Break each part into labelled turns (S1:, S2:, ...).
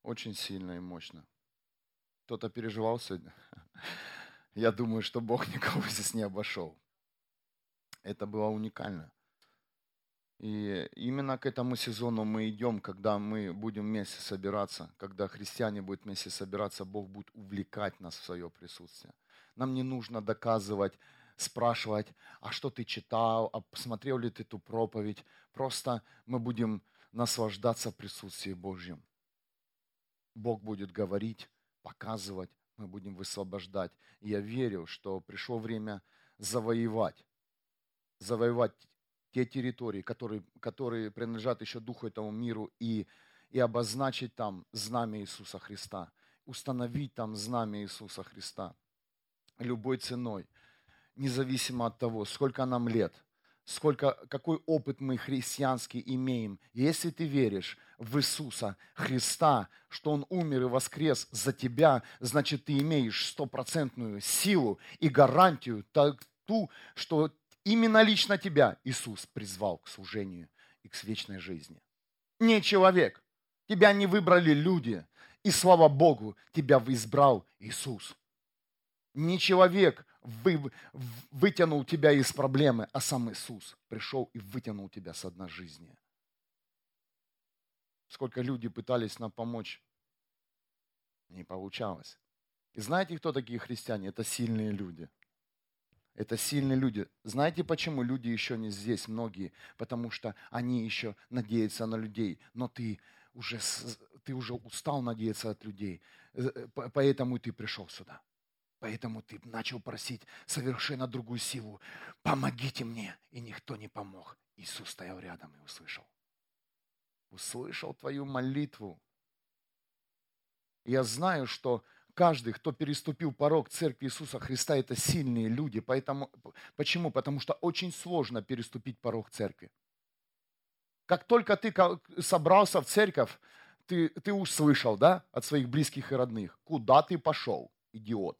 S1: очень сильно и мощно. Кто-то переживал сегодня? Я думаю, что Бог никого здесь не обошел. Это было уникально. И именно к этому сезону мы идем, когда мы будем вместе собираться, когда христиане будут вместе собираться, Бог будет увлекать нас в свое присутствие. Нам не нужно доказывать, спрашивать, а что ты читал, а посмотрел ли ты ту проповедь. Просто мы будем наслаждаться присутствием Божьим. Бог будет говорить, показывать, мы будем высвобождать. И я верю, что пришло время завоевать те территории, которые принадлежат еще духу этому миру, и обозначить там знамя Иисуса Христа, установить там знамя Иисуса Христа любой ценой, независимо от того, сколько нам лет, какой опыт мы христианский имеем. Если ты веришь в Иисуса Христа, что Он умер и воскрес за тебя, значит, ты имеешь стопроцентную силу и гарантию ту, что именно лично тебя Иисус призвал к служению и к вечной жизни. Не человек. Тебя не выбрали люди. И слава Богу, тебя избрал Иисус. Не человек вытянул тебя из проблемы, а сам Иисус пришел и вытянул тебя с дна жизни. Сколько люди пытались нам помочь, не получалось. И знаете, кто такие христиане? Это сильные люди. Это сильные люди. Знаете, почему люди еще не здесь, многие? Потому что они еще надеются на людей. Но ты уже устал надеяться от людей. Поэтому ты пришел сюда. Поэтому ты начал просить совершенно другую силу. Помогите мне. И никто не помог. Иисус стоял рядом и услышал. Услышал твою молитву. Я знаю, что каждый, кто переступил порог Церкви Иисуса Христа, это сильные люди. Почему? Потому что очень сложно переступить порог Церкви. Как только ты собрался в церковь, ты услышал, да, от своих близких и родных, куда ты пошел, идиот.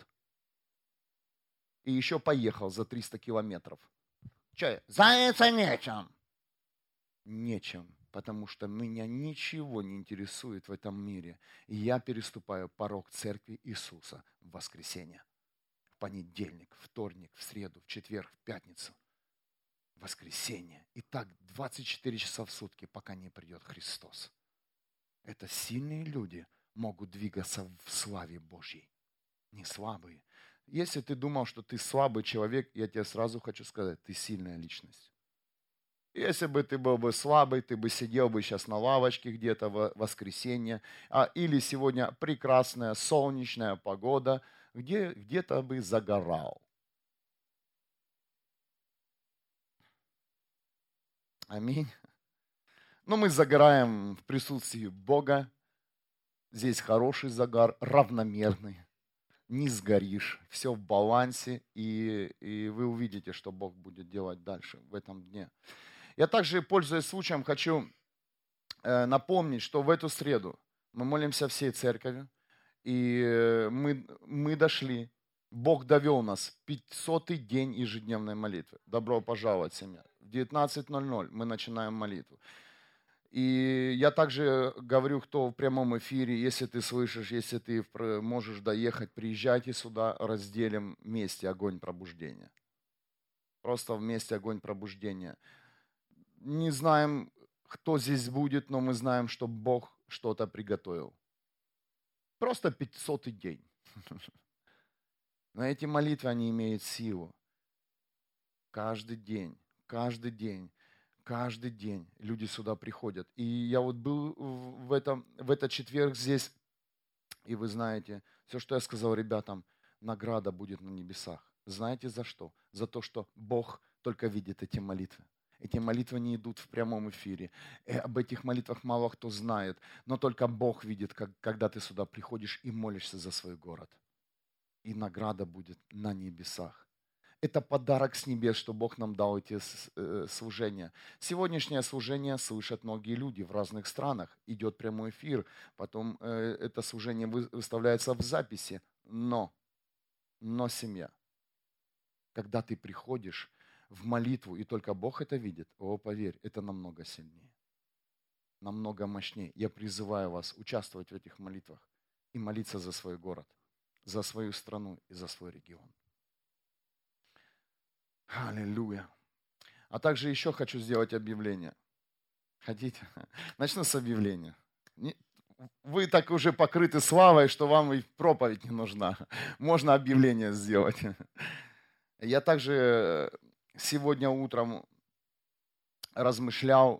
S1: И еще поехал за 300 километров. Че, заняться нечем? Нечем, потому что меня ничего не интересует в этом мире. И я переступаю порог Церкви Иисуса в воскресенье, в понедельник, вторник, в среду, в четверг, в пятницу, в воскресенье. И так 24 часа в сутки, пока не придет Христос. Это сильные люди могут двигаться в славе Божьей, не слабые. Если ты думал, что ты слабый человек, я тебе сразу хочу сказать, ты сильная личность. Если бы ты был бы слабый, ты бы сидел бы сейчас на лавочке где-то в воскресенье, или сегодня прекрасная солнечная погода, где-то бы загорал. Аминь. Но мы загораем в присутствии Бога. Здесь хороший загар, равномерный. Не сгоришь, все в балансе, и вы увидите, что Бог будет делать дальше в этом дне. Я также, пользуясь случаем, хочу напомнить, что в эту среду мы молимся всей церковью, и мы дошли, Бог довел нас, 500-й день ежедневной молитвы. Добро пожаловать, семья. В 19:00 мы начинаем молитву. И я также говорю, кто в прямом эфире, если ты слышишь, если ты можешь доехать, приезжайте сюда, разделим вместе огонь пробуждения. Просто вместе огонь пробуждения. Не знаем, кто здесь будет, но мы знаем, что Бог что-то приготовил. Просто 500-й день. Но эти молитвы, они имеют силу. Каждый день, каждый день. Каждый день люди сюда приходят. И я вот был в этот четверг здесь, и вы знаете, все, что я сказал ребятам, награда будет на небесах. Знаете за что? За то, что Бог только видит эти молитвы. Эти молитвы не идут в прямом эфире. Об этих молитвах мало кто знает, но только Бог видит, когда ты сюда приходишь и молишься за свой город. И награда будет на небесах. Это подарок с небес, что Бог нам дал эти служения. Сегодняшнее служение слышат многие люди в разных странах. Идет прямой эфир, потом это служение выставляется в записи. Но семья, когда ты приходишь в молитву, и только Бог это видит, поверь, это намного сильнее. намного мощнее. Я призываю вас участвовать в этих молитвах и молиться за свой город, за свою страну и за свой регион. Аллилуйя. А также еще хочу сделать объявление. Хотите? Начну с объявления. Вы так уже покрыты славой, что вам и проповедь не нужна. Можно объявление сделать. Я также сегодня утром размышлял,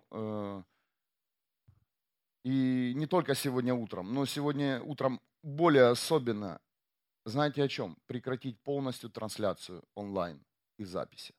S1: и не только сегодня утром, но сегодня утром более особенно, знаете о чем? Прекратить полностью трансляцию онлайн и записи.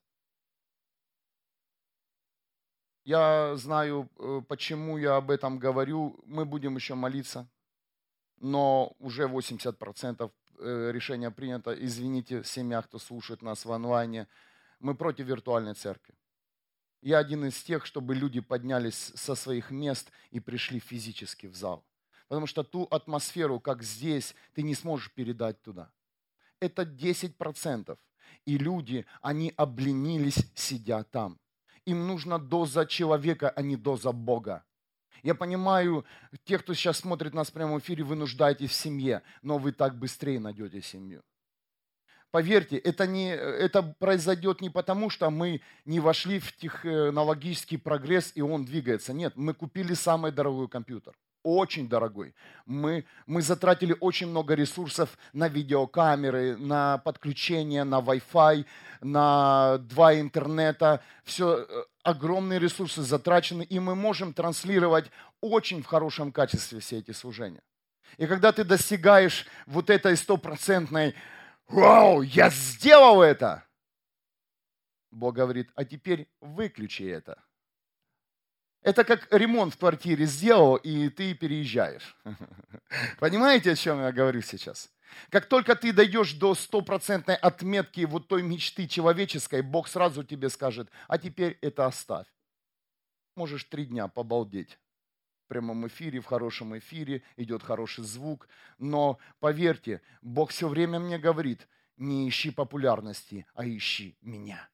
S1: Я знаю, почему я об этом говорю. Мы будем еще молиться, но уже 80% решения принято. Извините, семья, кто слушает нас в онлайне. Мы против виртуальной церкви. Я один из тех, чтобы люди поднялись со своих мест и пришли физически в зал. Потому что ту атмосферу, как здесь, ты не сможешь передать туда. Это 10%. И люди, они обленились, сидя там. Им нужна доза человека, а не доза Бога. Я понимаю, те, кто сейчас смотрит нас в прямом эфире, вы нуждаетесь в семье, но вы так быстрее найдете семью. Поверьте, это произойдет не потому, что мы не вошли в технологический прогресс, и он двигается. Нет, мы купили самый дорогой компьютер. Очень дорогой. Мы затратили очень много ресурсов на видеокамеры, на подключение, на Wi-Fi, на 2 интернета. Все, огромные ресурсы затрачены, и мы можем транслировать очень в хорошем качестве все эти служения. И когда ты достигаешь вот этой 100%, вау, я сделал это! Бог говорит, а теперь выключи это. Это как ремонт в квартире сделал, и ты переезжаешь. Понимаете, о чем я говорю сейчас? Как только ты дойдешь до 100% отметки вот той мечты человеческой, Бог сразу тебе скажет, а теперь это оставь. Можешь 3 дня побалдеть. В прямом эфире, в хорошем эфире, идет хороший звук. Но поверьте, Бог все время мне говорит, не ищи популярности, а ищи меня.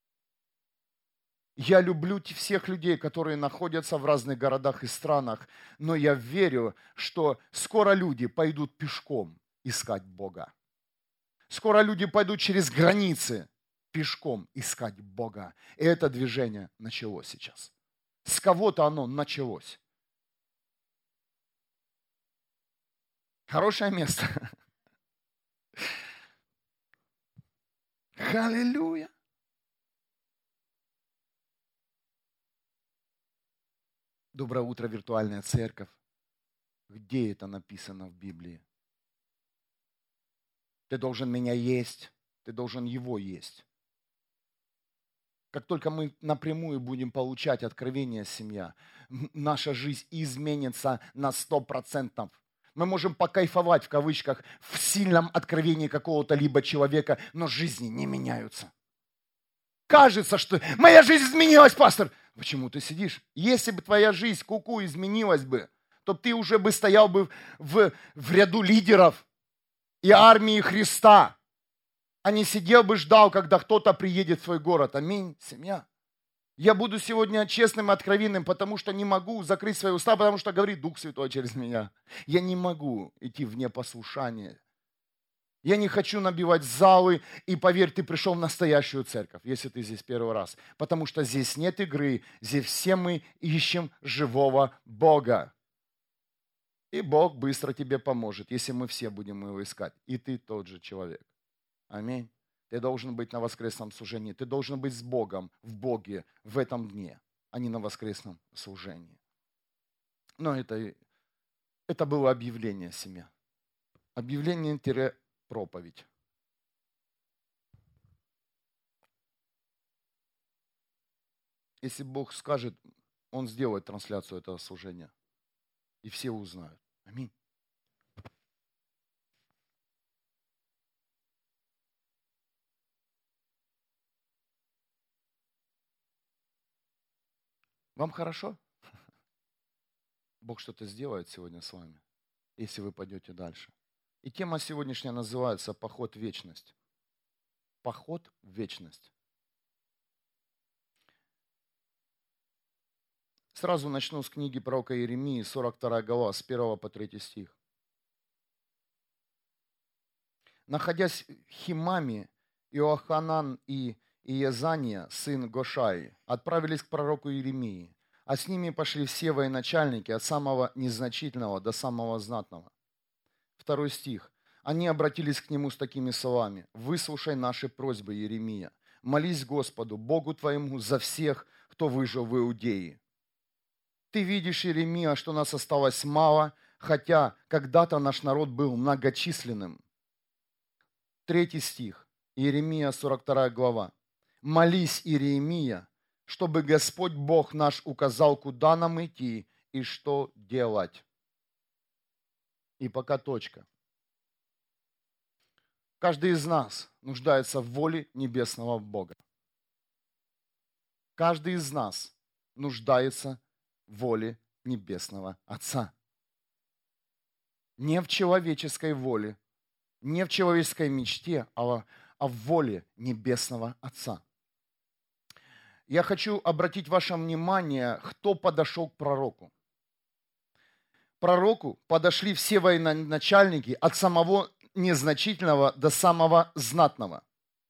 S1: Я люблю всех людей, которые находятся в разных городах и странах, но я верю, что скоро люди пойдут пешком искать Бога. Скоро люди пойдут через границы пешком искать Бога. И это движение началось сейчас. С кого-то оно началось. Хорошее место. Аллилуйя. Доброе утро, виртуальная церковь. Где это написано в Библии? Ты должен меня есть, ты должен его есть. Как только мы напрямую будем получать откровение, семья, наша жизнь изменится на 100%. Мы можем покайфовать, в кавычках, в сильном откровении какого-то либо человека, но жизни не меняются. Кажется, что моя жизнь изменилась, пастор. Почему ты сидишь? Если бы твоя жизнь, ку-ку, изменилась бы, то ты уже бы стоял бы в ряду лидеров и армии Христа, а не сидел бы, ждал, когда кто-то приедет в свой город. Аминь, семья. Я буду сегодня честным и откровенным, потому что не могу закрыть свои уста, потому что говорит Дух Святой через меня. Я не могу идти в непослушание. Я не хочу набивать залы, и поверь, ты пришел в настоящую церковь, если ты здесь первый раз. Потому что здесь нет игры, здесь все мы ищем живого Бога. И Бог быстро тебе поможет, если мы все будем его искать. И ты тот же человек. Аминь. Ты должен быть на воскресном служении. Ты должен быть с Богом, в Боге, в этом дне, а не на воскресном служении. Но это было объявление, семья. Объявление-проповедь. Если Бог скажет, Он сделает трансляцию этого служения. И все узнают. Аминь. Вам хорошо? Бог что-то сделает сегодня с вами, если вы пойдете дальше. И тема сегодняшняя называется «Поход в вечность». Поход в вечность. Сразу начну с книги пророка Иеремии, 42 глава, с 1 по 3 стих. Находясь в Химаме, Иоаханан и Иезания, сын Гошаи, отправились к пророку Иеремии, а с ними пошли все военачальники, от самого незначительного до самого знатного. 2 стих. Они обратились к нему с такими словами: «Выслушай наши просьбы, Иеремия, молись Господу, Богу твоему, за всех, кто выжил в Иудее. Ты видишь, Иеремия, что нас осталось мало, хотя когда-то наш народ был многочисленным». 3 стих, Иеремия, 42 глава. «Молись, Иеремия, чтобы Господь Бог наш указал, куда нам идти и что делать». И пока точка. Каждый из нас нуждается в воле небесного Бога. Каждый из нас нуждается в воле небесного Отца. Не в человеческой воле, не в человеческой мечте, а в воле небесного Отца. Я хочу обратить ваше внимание, кто подошел к пророку. К пророку подошли все военачальники от самого незначительного до самого знатного.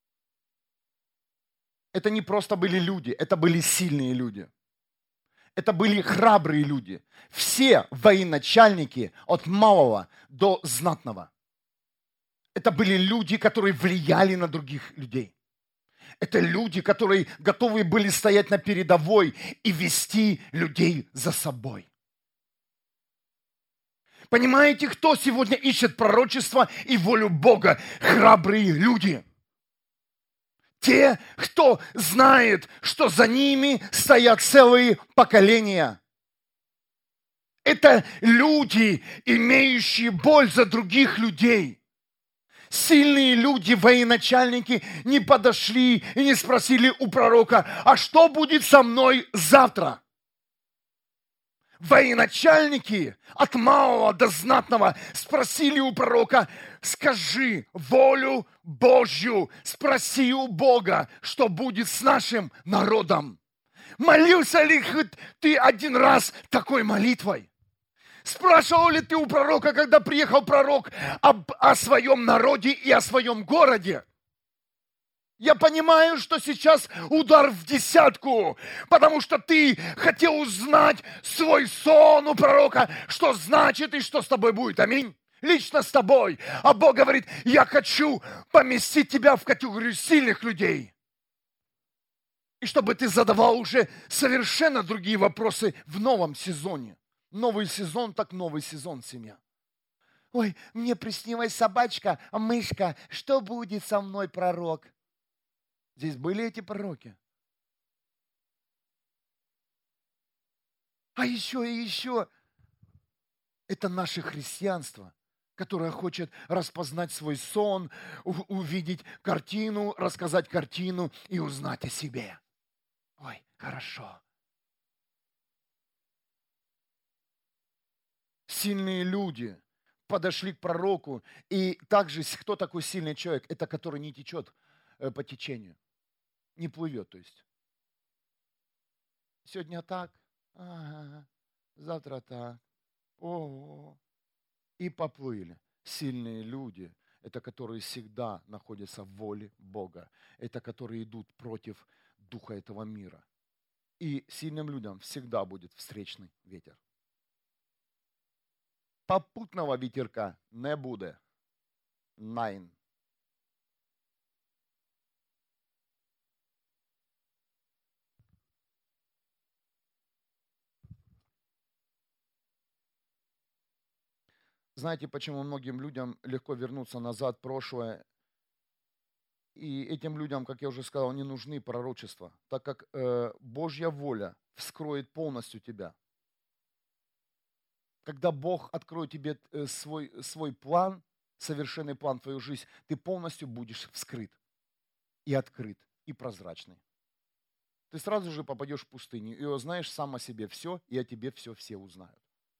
S1: Это не просто были люди, это были сильные люди. Это были храбрые люди. Все военачальники от малого до знатного. Это были люди, которые влияли на других людей. Это люди, которые готовы были стоять на передовой и вести людей за собой. Понимаете, кто сегодня ищет пророчество и волю Бога? Храбрые люди. Те, кто знает, что за ними стоят целые поколения. Это люди, имеющие боль за других людей. Сильные люди, военачальники, не подошли и не спросили у пророка: а что будет со мной завтра? Военачальники от малого до знатного спросили у пророка: скажи волю Божью, спроси у Бога, что будет с нашим народом. Молился ли ты один раз такой молитвой? Спрашивал ли ты у пророка, когда приехал пророк, о своем народе и о своем городе? Я понимаю, что сейчас удар в десятку, потому что ты хотел узнать свой сон у пророка, что значит и что с тобой будет. Аминь. Лично с тобой. А Бог говорит: я хочу поместить тебя в категорию сильных людей. И чтобы ты задавал уже совершенно другие вопросы в новом сезоне. Новый сезон, так новый сезон, семья. Ой, мне приснилась собачка, мышка. Что будет со мной, пророк? Здесь были эти пророки. А еще и еще. Это наше христианство, которое хочет распознать свой сон, увидеть картину, рассказать картину и узнать о себе. Ой, хорошо. Сильные люди подошли к пророку. И также, кто такой сильный человек? Это который не течет по течению. Не плывет, то есть. Сегодня так, завтра так, и поплыли. Сильные люди – это которые всегда находятся в воле Бога. Это которые идут против духа этого мира. И сильным людям всегда будет встречный ветер. Попутного ветерка не буде. Найн. Знаете, почему многим людям легко вернуться назад в прошлое? И этим людям, как я уже сказал, не нужны пророчества, так как Божья воля вскроет полностью тебя. Когда Бог откроет тебе свой план, совершенный план в твою жизнь, ты полностью будешь вскрыт и открыт, и прозрачный. Ты сразу же попадешь в пустыню и узнаешь сам о себе все, и о тебе все узнают.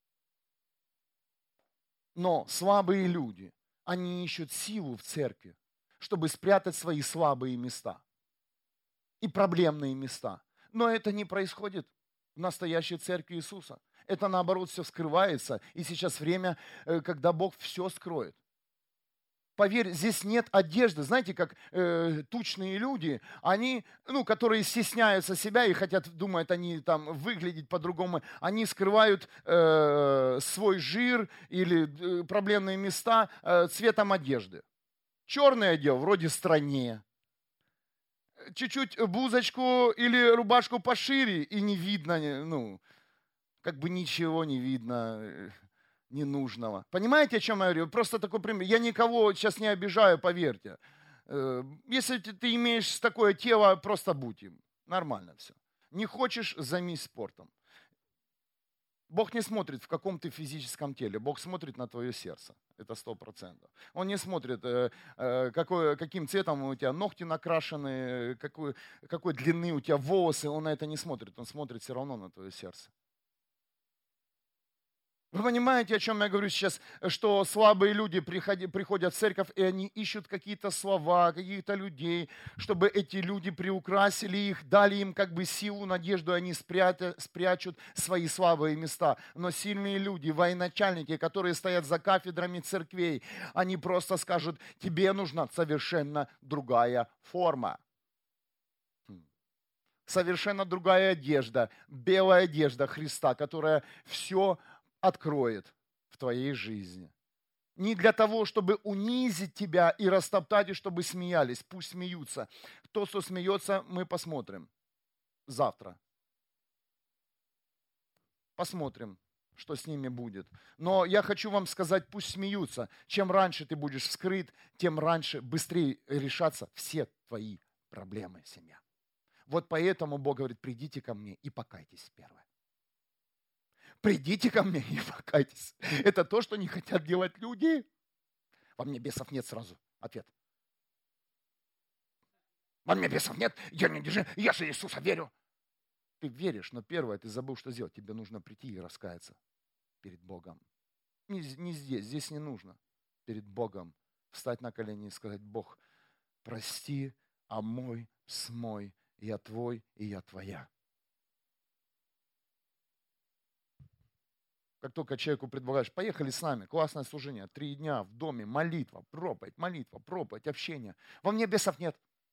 S1: Но слабые люди, они ищут силу в церкви, чтобы спрятать свои слабые места и проблемные места. Но это не происходит в настоящей церкви Иисуса. Это наоборот все скрывается. И сейчас время, когда Бог все скроет. Поверь, здесь нет одежды. Знаете, как тучные люди, они, которые стесняются себя и думают, они там выглядеть по-другому, они скрывают свой жир или проблемные места цветом одежды. Черное одел, вроде стройнее. Чуть-чуть блузочку или рубашку пошире, и не видно, как бы ничего не видно ненужного. Понимаете, о чем я говорю? Просто такой пример. Я никого сейчас не обижаю, поверьте. Если ты имеешь такое тело, просто будь им. Нормально все. Не хочешь, займись спортом. Бог не смотрит, в каком ты физическом теле. Бог смотрит на твое сердце. Это 100%. Он не смотрит, каким цветом у тебя ногти накрашены, какой длины у тебя волосы. Он на это не смотрит. Он смотрит все равно на твое сердце. Вы понимаете, о чем я говорю сейчас, что слабые люди приходят в церковь, и они ищут какие-то слова, каких-то людей, чтобы эти люди приукрасили их, дали им как бы силу, надежду, и они спрячут свои слабые места. Но сильные люди, военачальники, которые стоят за кафедрами церквей, они просто скажут, тебе нужна совершенно другая форма. Совершенно другая одежда, белая одежда Христа, которая все откроет в твоей жизни. Не для того, чтобы унизить тебя и растоптать, и чтобы смеялись. Пусть смеются. Кто, что смеется, мы посмотрим завтра. Посмотрим, что с ними будет. Но я хочу вам сказать, пусть смеются. Чем раньше ты будешь вскрыт, тем раньше, быстрее решатся все твои проблемы, семья. Вот поэтому Бог говорит, придите ко мне и покайтесь первое. Придите ко мне и покайтесь. Это то, что не хотят делать люди. Во мне бесов нет сразу. Ответ. Во мне бесов нет, я не держи, я же Иисуса верю. Ты веришь, но первое, ты забыл, что сделать. Тебе нужно прийти и раскаяться перед Богом. Не здесь не нужно. Перед Богом встать на колени и сказать, Бог, прости, омой, смой, я твой и я твоя. Как только человеку предлагаешь, поехали с нами, классное служение, 3 дня в доме, молитва, проповедь, общение. Во мне бесов нет.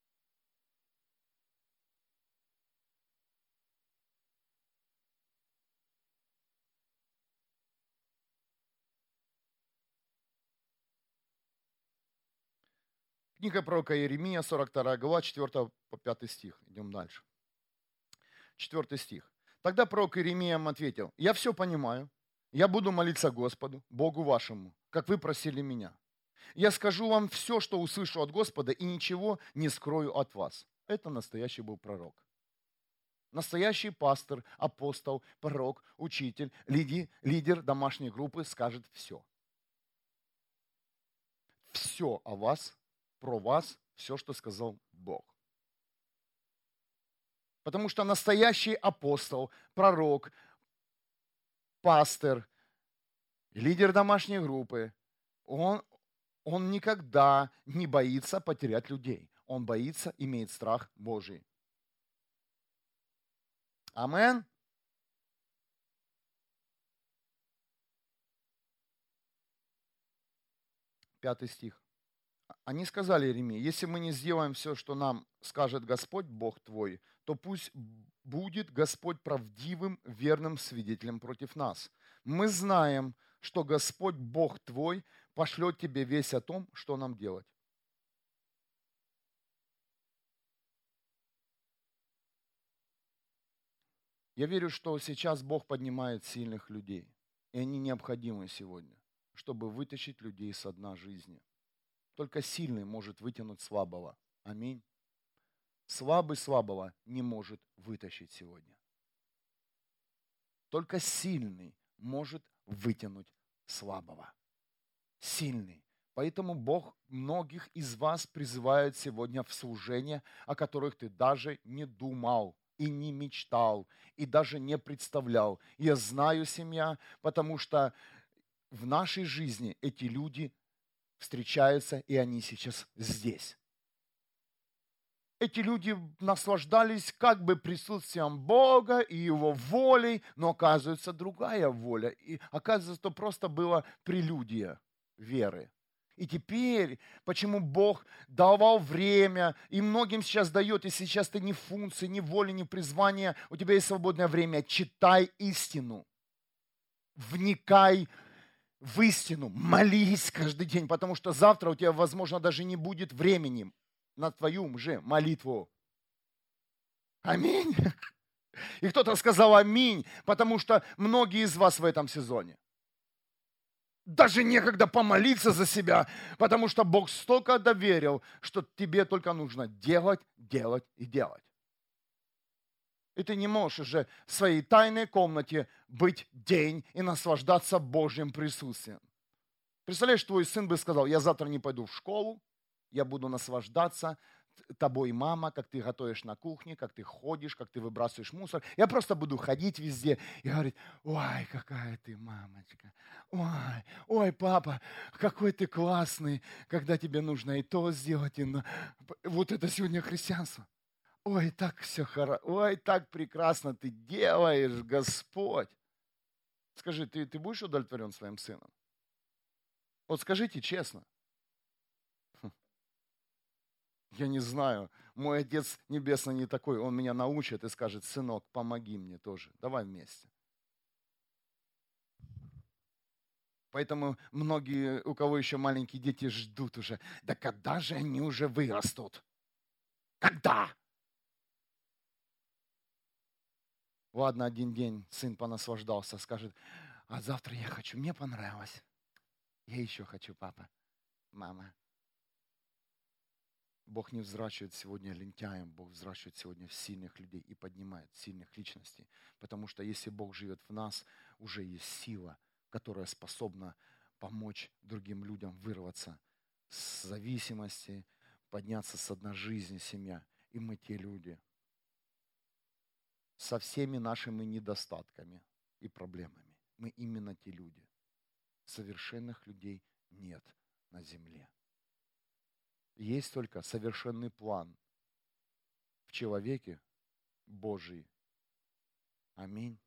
S1: Книга пророка Иеремия, 42 глава, 4 по 5 стих. Идем дальше. 4 стих. Тогда пророк Иеремия им ответил, я все понимаю, я буду молиться Господу, Богу вашему, как вы просили меня. Я скажу вам все, что услышу от Господа, и ничего не скрою от вас. Это настоящий был пророк. Настоящий пастор, апостол, пророк, учитель, лидер домашней группы скажет все. Все о вас, про вас, все, что сказал Бог. Потому что настоящий апостол, пророк, пастор, лидер домашней группы, он никогда не боится потерять людей. Он боится, имеет страх Божий. Амен. Пятый стих. Они сказали Иеремии, если мы не сделаем все, что нам скажет Господь, Бог твой, то пусть будет Господь правдивым, верным свидетелем против нас. Мы знаем, что Господь, Бог твой, пошлет тебе весть о том, что нам делать. Я верю, что сейчас Бог поднимает сильных людей, и они необходимы сегодня, чтобы вытащить людей со дна жизни. Только сильный может вытянуть слабого. Аминь. Слабый слабого не может вытащить сегодня. Только сильный может вытянуть слабого. Сильный. Поэтому Бог многих из вас призывает сегодня в служение, о которых ты даже не думал и не мечтал, и даже не представлял. Я знаю, семья, потому что в нашей жизни эти люди встречаются, и они сейчас здесь. Эти люди наслаждались как бы присутствием Бога и Его волей, но оказывается другая воля. И оказывается, это просто была прелюдия веры. И теперь, почему Бог давал время, и многим сейчас дает, если сейчас ты ни функции, ни воли, ни призвания, у тебя есть свободное время, читай истину, вникай в истину, молись каждый день, потому что завтра у тебя, возможно, даже не будет времени на твою же молитву. Аминь. И кто-то сказал аминь, потому что многие из вас в этом сезоне. Даже некогда помолиться за себя, потому что Бог столько доверил, что тебе только нужно делать, делать и делать. И ты не можешь уже в своей тайной комнате быть день и наслаждаться Божьим присутствием. Представляешь, твой сын бы сказал, я завтра не пойду в школу, я буду наслаждаться тобой, мама, как ты готовишь на кухне, как ты ходишь, как ты выбрасываешь мусор. Я просто буду ходить везде и говорить, ой, какая ты мамочка, ой, папа, какой ты классный, когда тебе нужно и то сделать, и вот это сегодня христианство. Ой, так все хорошо, ой, так прекрасно ты делаешь, Господь. Скажи, ты будешь удовлетворен своим сыном? Вот скажите честно. Я не знаю, мой Отец Небесный не такой, Он меня научит и скажет, сынок, помоги мне тоже, давай вместе. Поэтому многие, у кого еще маленькие дети, ждут уже, да когда же они уже вырастут? Когда? Ладно, один день сын понаслаждался, скажет, а завтра я хочу, мне понравилось. Я еще хочу, папа, мама. Бог не взращивает сегодня лентяем, Бог взращивает сегодня сильных людей и поднимает сильных личностей. Потому что если Бог живет в нас, уже есть сила, которая способна помочь другим людям вырваться с зависимости, подняться с одной жизни, семья. И мы те люди со всеми нашими недостатками и проблемами. Мы именно те люди. Совершенных людей нет на земле. Есть только совершенный план в человеке Божий. Аминь.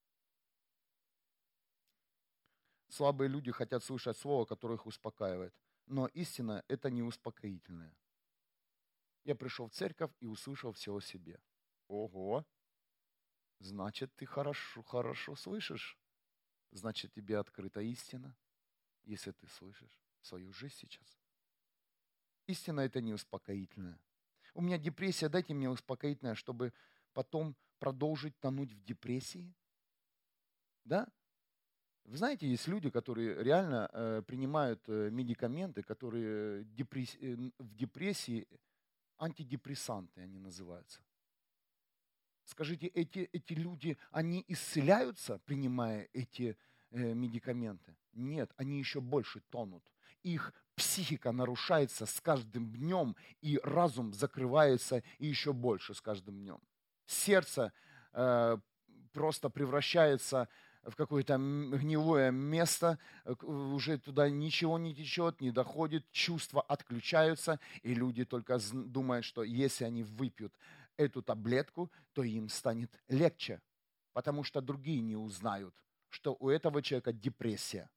S1: Слабые люди хотят слышать слово, которое их успокаивает. Но истина – это не успокоительное. Я пришел в церковь и услышал все о себе. Ого! Значит, ты хорошо слышишь. Значит, тебе открыта истина, если ты слышишь свою жизнь сейчас. Истина – это не успокоительное. У меня депрессия, дайте мне успокоительное, чтобы потом продолжить тонуть в депрессии. Да? Вы знаете, есть люди, которые реально принимают медикаменты, которые в депрессии, антидепрессанты они называются. Скажите, эти люди, они исцеляются, принимая эти медикаменты? Нет, они еще больше тонут. Их психика нарушается с каждым днем, и разум закрывается и еще больше с каждым днем. Сердце просто превращается в какое-то гнилое место, уже туда ничего не течет, не доходит, чувства отключаются, и люди только думают, что если они выпьют эту таблетку, то им станет легче, потому что другие не узнают, что у этого человека депрессия.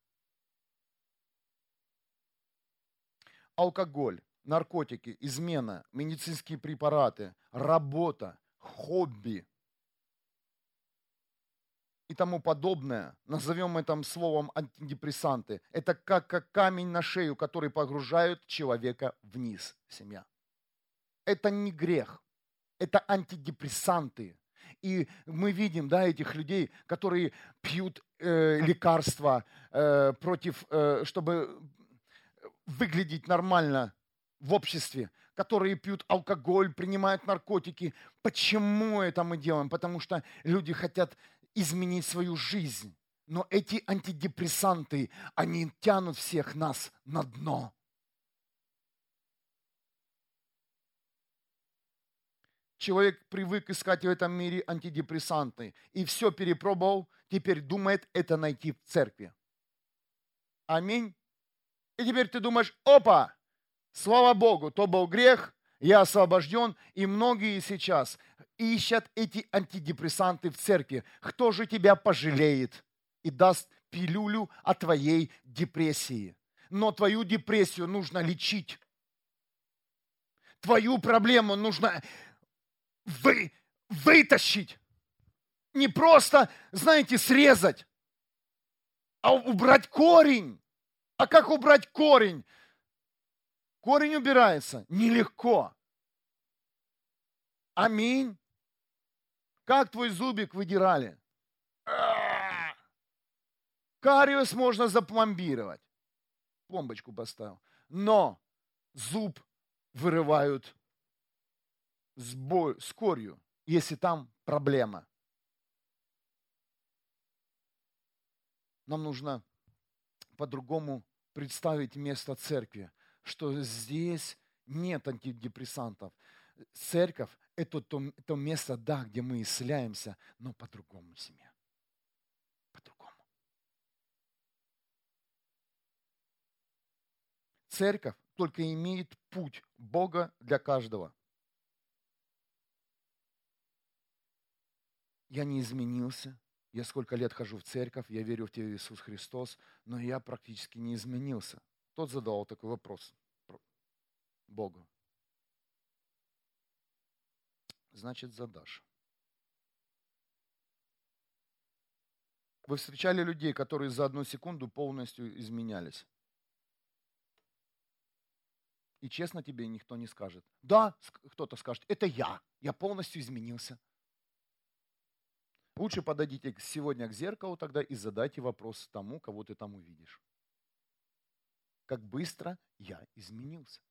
S1: Алкоголь, наркотики, измена, медицинские препараты, работа, хобби и тому подобное, назовем это словом антидепрессанты, это как камень на шею, который погружает человека вниз, семья. Это не грех, это антидепрессанты. И мы видим, да, этих людей, которые пьют лекарства против, чтобы выглядеть нормально в обществе, которые пьют алкоголь, принимают наркотики. Почему это мы делаем? Потому что люди хотят изменить свою жизнь. Но эти антидепрессанты, они тянут всех нас на дно. Человек привык искать в этом мире антидепрессанты. И все перепробовал, теперь думает это найти в церкви. Аминь. И теперь ты думаешь, опа, слава Богу, то был грех, Я освобожден, и многие сейчас ищут эти антидепрессанты в церкви. Кто же тебя пожалеет и даст пилюлю от твоей депрессии? Но твою депрессию нужно лечить. Твою проблему нужно вытащить. Не просто, знаете, срезать, а убрать корень. А как убрать корень? Корень убирается нелегко. Аминь. Как твой зубик выдирали? Кариес можно запломбировать. Пломбочку поставил. Но зуб вырывают с корью, если там проблема. Нам нужно по-другому представить место церкви, что здесь нет антидепрессантов. Церковь – это то место, да, где мы исцеляемся, но по-другому семья. По-другому. Церковь только имеет путь Бога для каждого. Я не изменился. Я сколько лет хожу в церковь, я верю в Тебя, Иисус Христос, но я практически не изменился. Тот задавал такой вопрос Богу. Значит, задашь. Вы встречали людей, которые за 1 секунду полностью изменялись? И честно тебе никто не скажет. Да, кто-то скажет, это я полностью изменился. Лучше подойдите сегодня к зеркалу тогда и задайте вопрос тому, кого ты там увидишь. Как быстро я изменился?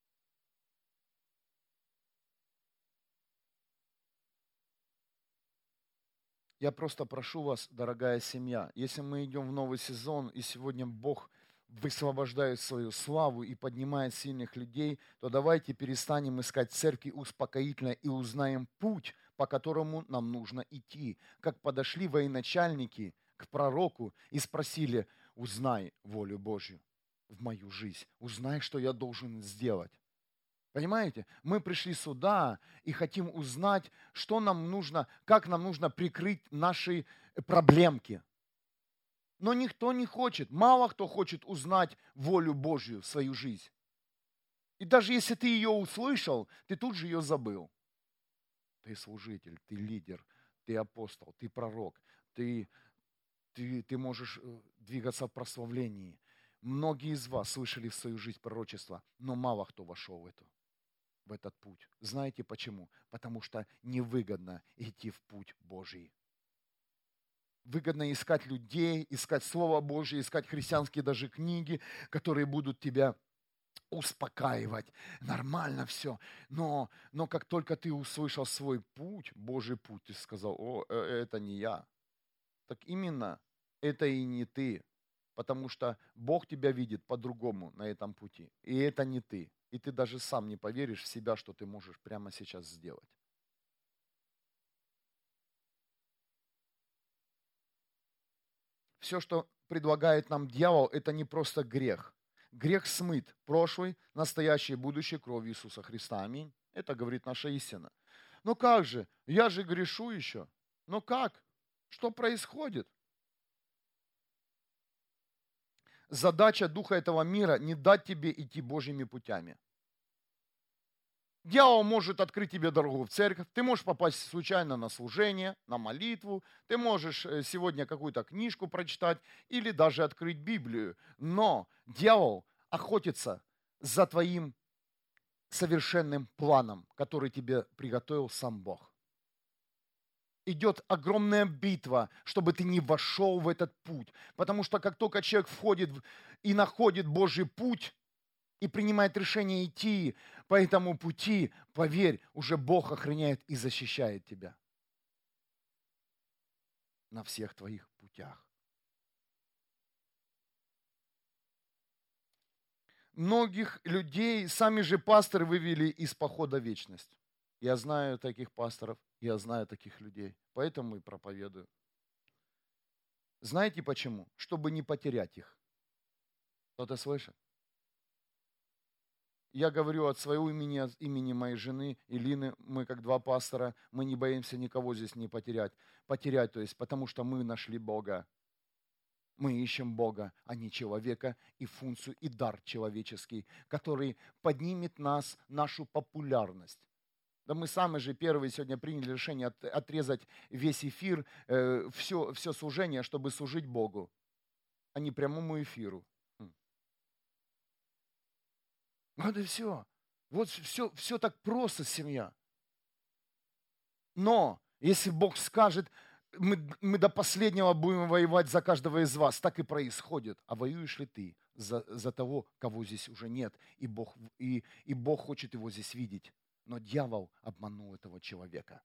S1: Я просто прошу вас, дорогая семья, если мы идем в новый сезон, и сегодня Бог высвобождает свою славу и поднимает сильных людей, то давайте перестанем искать церкви успокоительно и узнаем путь, по которому нам нужно идти. Как подошли военачальники к пророку и спросили: узнай волю Божью в мою жизнь, узнай, что я должен сделать. Понимаете? Мы пришли сюда и хотим узнать, что нам нужно, как нам нужно прикрыть наши проблемки. Но никто не хочет, мало кто хочет узнать волю Божью в свою жизнь. И даже если ты ее услышал, ты тут же ее забыл. Ты служитель, ты лидер, ты апостол, ты пророк, ты можешь двигаться в прославлении. Многие из вас слышали в свою жизнь пророчество, но мало кто вошел в этот путь. Знаете почему? Потому что невыгодно идти в путь Божий. Выгодно искать людей, искать Слово Божье, искать христианские даже книги, которые будут тебя успокаивать. Нормально все. Но как только ты услышал свой путь, Божий путь, ты сказал: это не я. Так именно, это и не ты. Потому что Бог тебя видит по-другому на этом пути. И это не ты. И ты даже сам не поверишь в себя, что ты можешь прямо сейчас сделать. Все, что предлагает нам дьявол, это не просто грех. Грех смыт прошлый, настоящий и будущий кровью Иисуса Христа. Аминь. Это говорит наша истина. Но как же? Я же грешу еще. Но как? Что происходит? Задача духа этого мира не дать тебе идти Божьими путями. Дьявол может открыть тебе дорогу в церковь, ты можешь попасть случайно на служение, на молитву, ты можешь сегодня какую-то книжку прочитать или даже открыть Библию. Но дьявол охотится за твоим совершенным планом, который тебе приготовил сам Бог. Идет огромная битва, чтобы ты не вошел в этот путь. Потому что как только человек входит и находит Божий путь, и принимает решение идти по этому пути, поверь, уже Бог охраняет и защищает тебя на всех твоих путях. Многих людей сами же пасторы вывели из похода в вечность. Я знаю таких пасторов, я знаю таких людей, поэтому и проповедую. Знаете почему? Чтобы не потерять их. Кто-то слышит? я говорю от своего имени, от имени моей жены Илины, мы как два пастора, мы не боимся никого здесь не потерять. Потерять, то есть, потому что мы нашли Бога. Мы ищем Бога, а не человека, и функцию, и дар человеческий, который поднимет нас, нашу популярность. Да мы сами же первые сегодня приняли решение отрезать весь эфир, все служение, чтобы служить Богу, а не прямому эфиру. Вот и все. Вот все так просто, семья. Но если Бог скажет, мы до последнего будем воевать за каждого из вас, так и происходит. А воюешь ли ты за того, кого здесь уже нет, и Бог хочет его здесь видеть. Но дьявол обманул этого человека.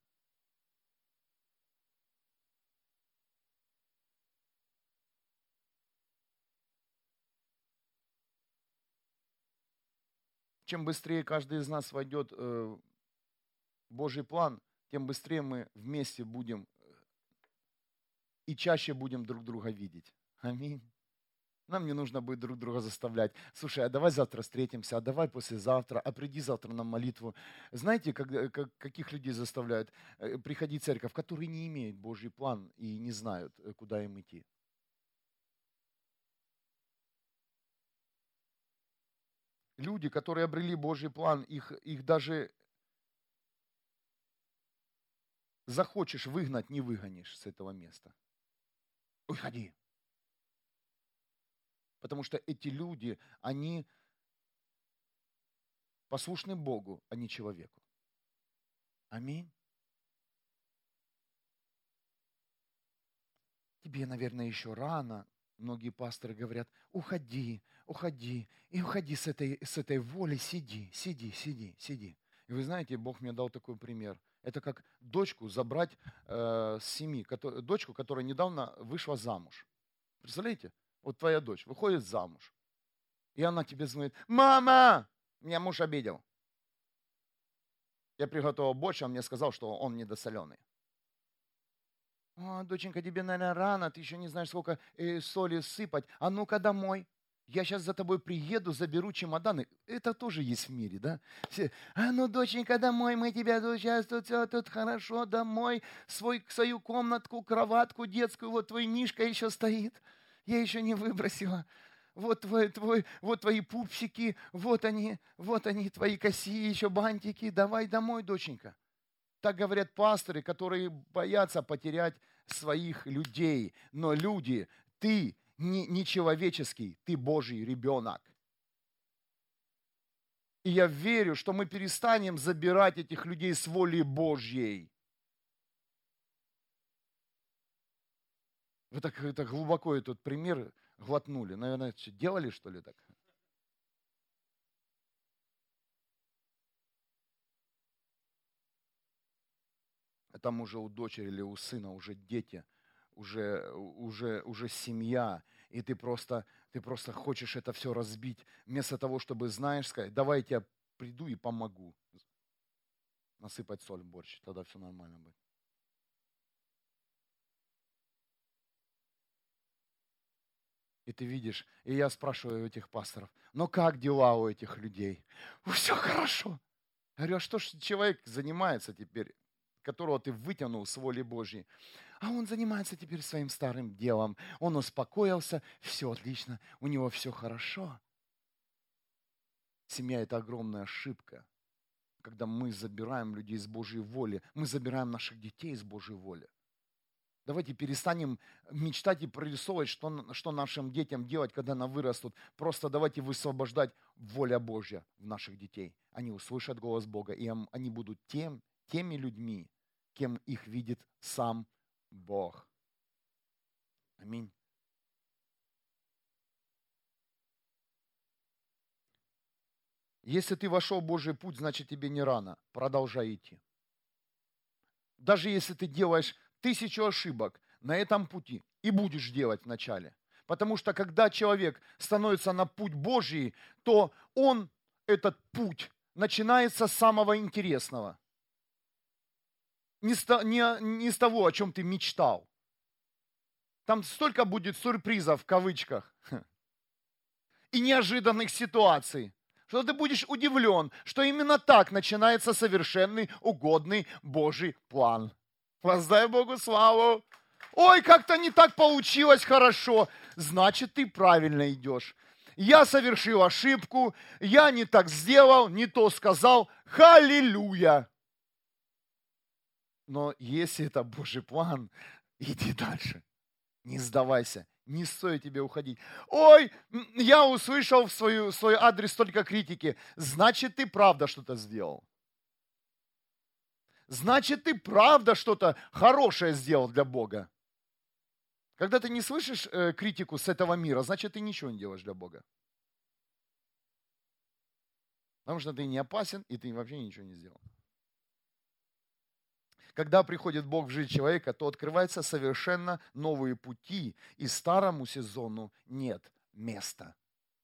S1: Чем быстрее каждый из нас войдет в Божий план, тем быстрее мы вместе будем и чаще будем друг друга видеть. Аминь. Нам не нужно будет друг друга заставлять. Слушай, а давай завтра встретимся, а давай послезавтра, а приди завтра на молитву. Знаете, каких людей заставляют приходить в церковь, которые не имеют Божий план и не знают, куда им идти? Люди, которые обрели Божий план, их даже захочешь выгнать, не выгонишь с этого места. Уходи. Потому что эти люди, они послушны Богу, а не человеку. Аминь. Тебе, наверное, еще рано. Многие пасторы говорят, уходи, уходи, и уходи с этой воли, сиди. И вы знаете, Бог мне дал такой пример. Это как дочку забрать с семьи, дочку, которая недавно вышла замуж. Представляете? Вот твоя дочь выходит замуж, и она тебе звонит, мама, меня муж обидел. Я приготовил борщ, а он мне сказал, что он недосоленый. О, доченька, тебе, наверное, рано, ты еще не знаешь, сколько соли сыпать. А ну-ка домой. Я сейчас за тобой приеду, заберу чемоданы. Это тоже есть в мире, да? Все, а ну, доченька, домой, мы тебя сейчас тут хорошо, домой, свою комнатку, кроватку детскую, вот твой Мишка еще стоит. Я еще не выбросила. Вот твои пупсики, вот они, твои коси, еще бантики. Давай домой, доченька. Так говорят пасторы, которые боятся потерять своих людей. Но люди, ты не человеческий, ты Божий ребенок. И я верю, что мы перестанем забирать этих людей с воли Божьей. Вы так глубоко этот пример глотнули. Наверное, делали, что ли, так? А там уже у дочери или у сына уже дети, уже семья, и ты просто хочешь это все разбить, вместо того, чтобы, знаешь, сказать, давай я тебе приду и помогу насыпать соль в борщ, тогда все нормально будет. И ты видишь, и я спрашиваю у этих пасторов, ну как дела у этих людей? Все хорошо. Я говорю, а что ж человек занимается теперь, которого ты вытянул с воли Божьей? А он занимается теперь своим старым делом. Он успокоился, все отлично, у него все хорошо. Семья – это огромная ошибка, когда мы забираем людей с Божьей воли, мы забираем наших детей с Божьей воли. Давайте перестанем мечтать и прорисовывать, что нашим детям делать, когда они вырастут. Просто давайте высвобождать воля Божья в наших детей. Они услышат голос Бога, и они будут теми людьми, кем их видит сам Бог. Аминь. Если ты вошел в Божий путь, значит тебе не рано. Продолжай идти. Даже если ты делаешь 1000 ошибок на этом пути и будешь делать вначале. Потому что когда человек становится на путь Божий, то этот путь, начинается с самого интересного. Не с того, о чем ты мечтал. Там столько будет сюрпризов, в кавычках, и неожиданных ситуаций, что ты будешь удивлен, что именно так начинается совершенный, угодный Божий план. Воздай Богу славу. Ой, как-то не так получилось хорошо. Значит, ты правильно идешь. Я совершил ошибку, я не так сделал, не то сказал. Халилюя. Но если это Божий план, иди дальше. Не сдавайся. Не стоит тебе уходить. Ой, я услышал в свой адрес только критики. Значит, ты правда что-то сделал. Значит, ты правда что-то хорошее сделал для Бога. Когда ты не слышишь критику с этого мира, значит, ты ничего не делаешь для Бога. Потому что ты не опасен, и ты вообще ничего не сделал. Когда приходит Бог в жизнь человека, то открываются совершенно новые пути, и старому сезону нет места.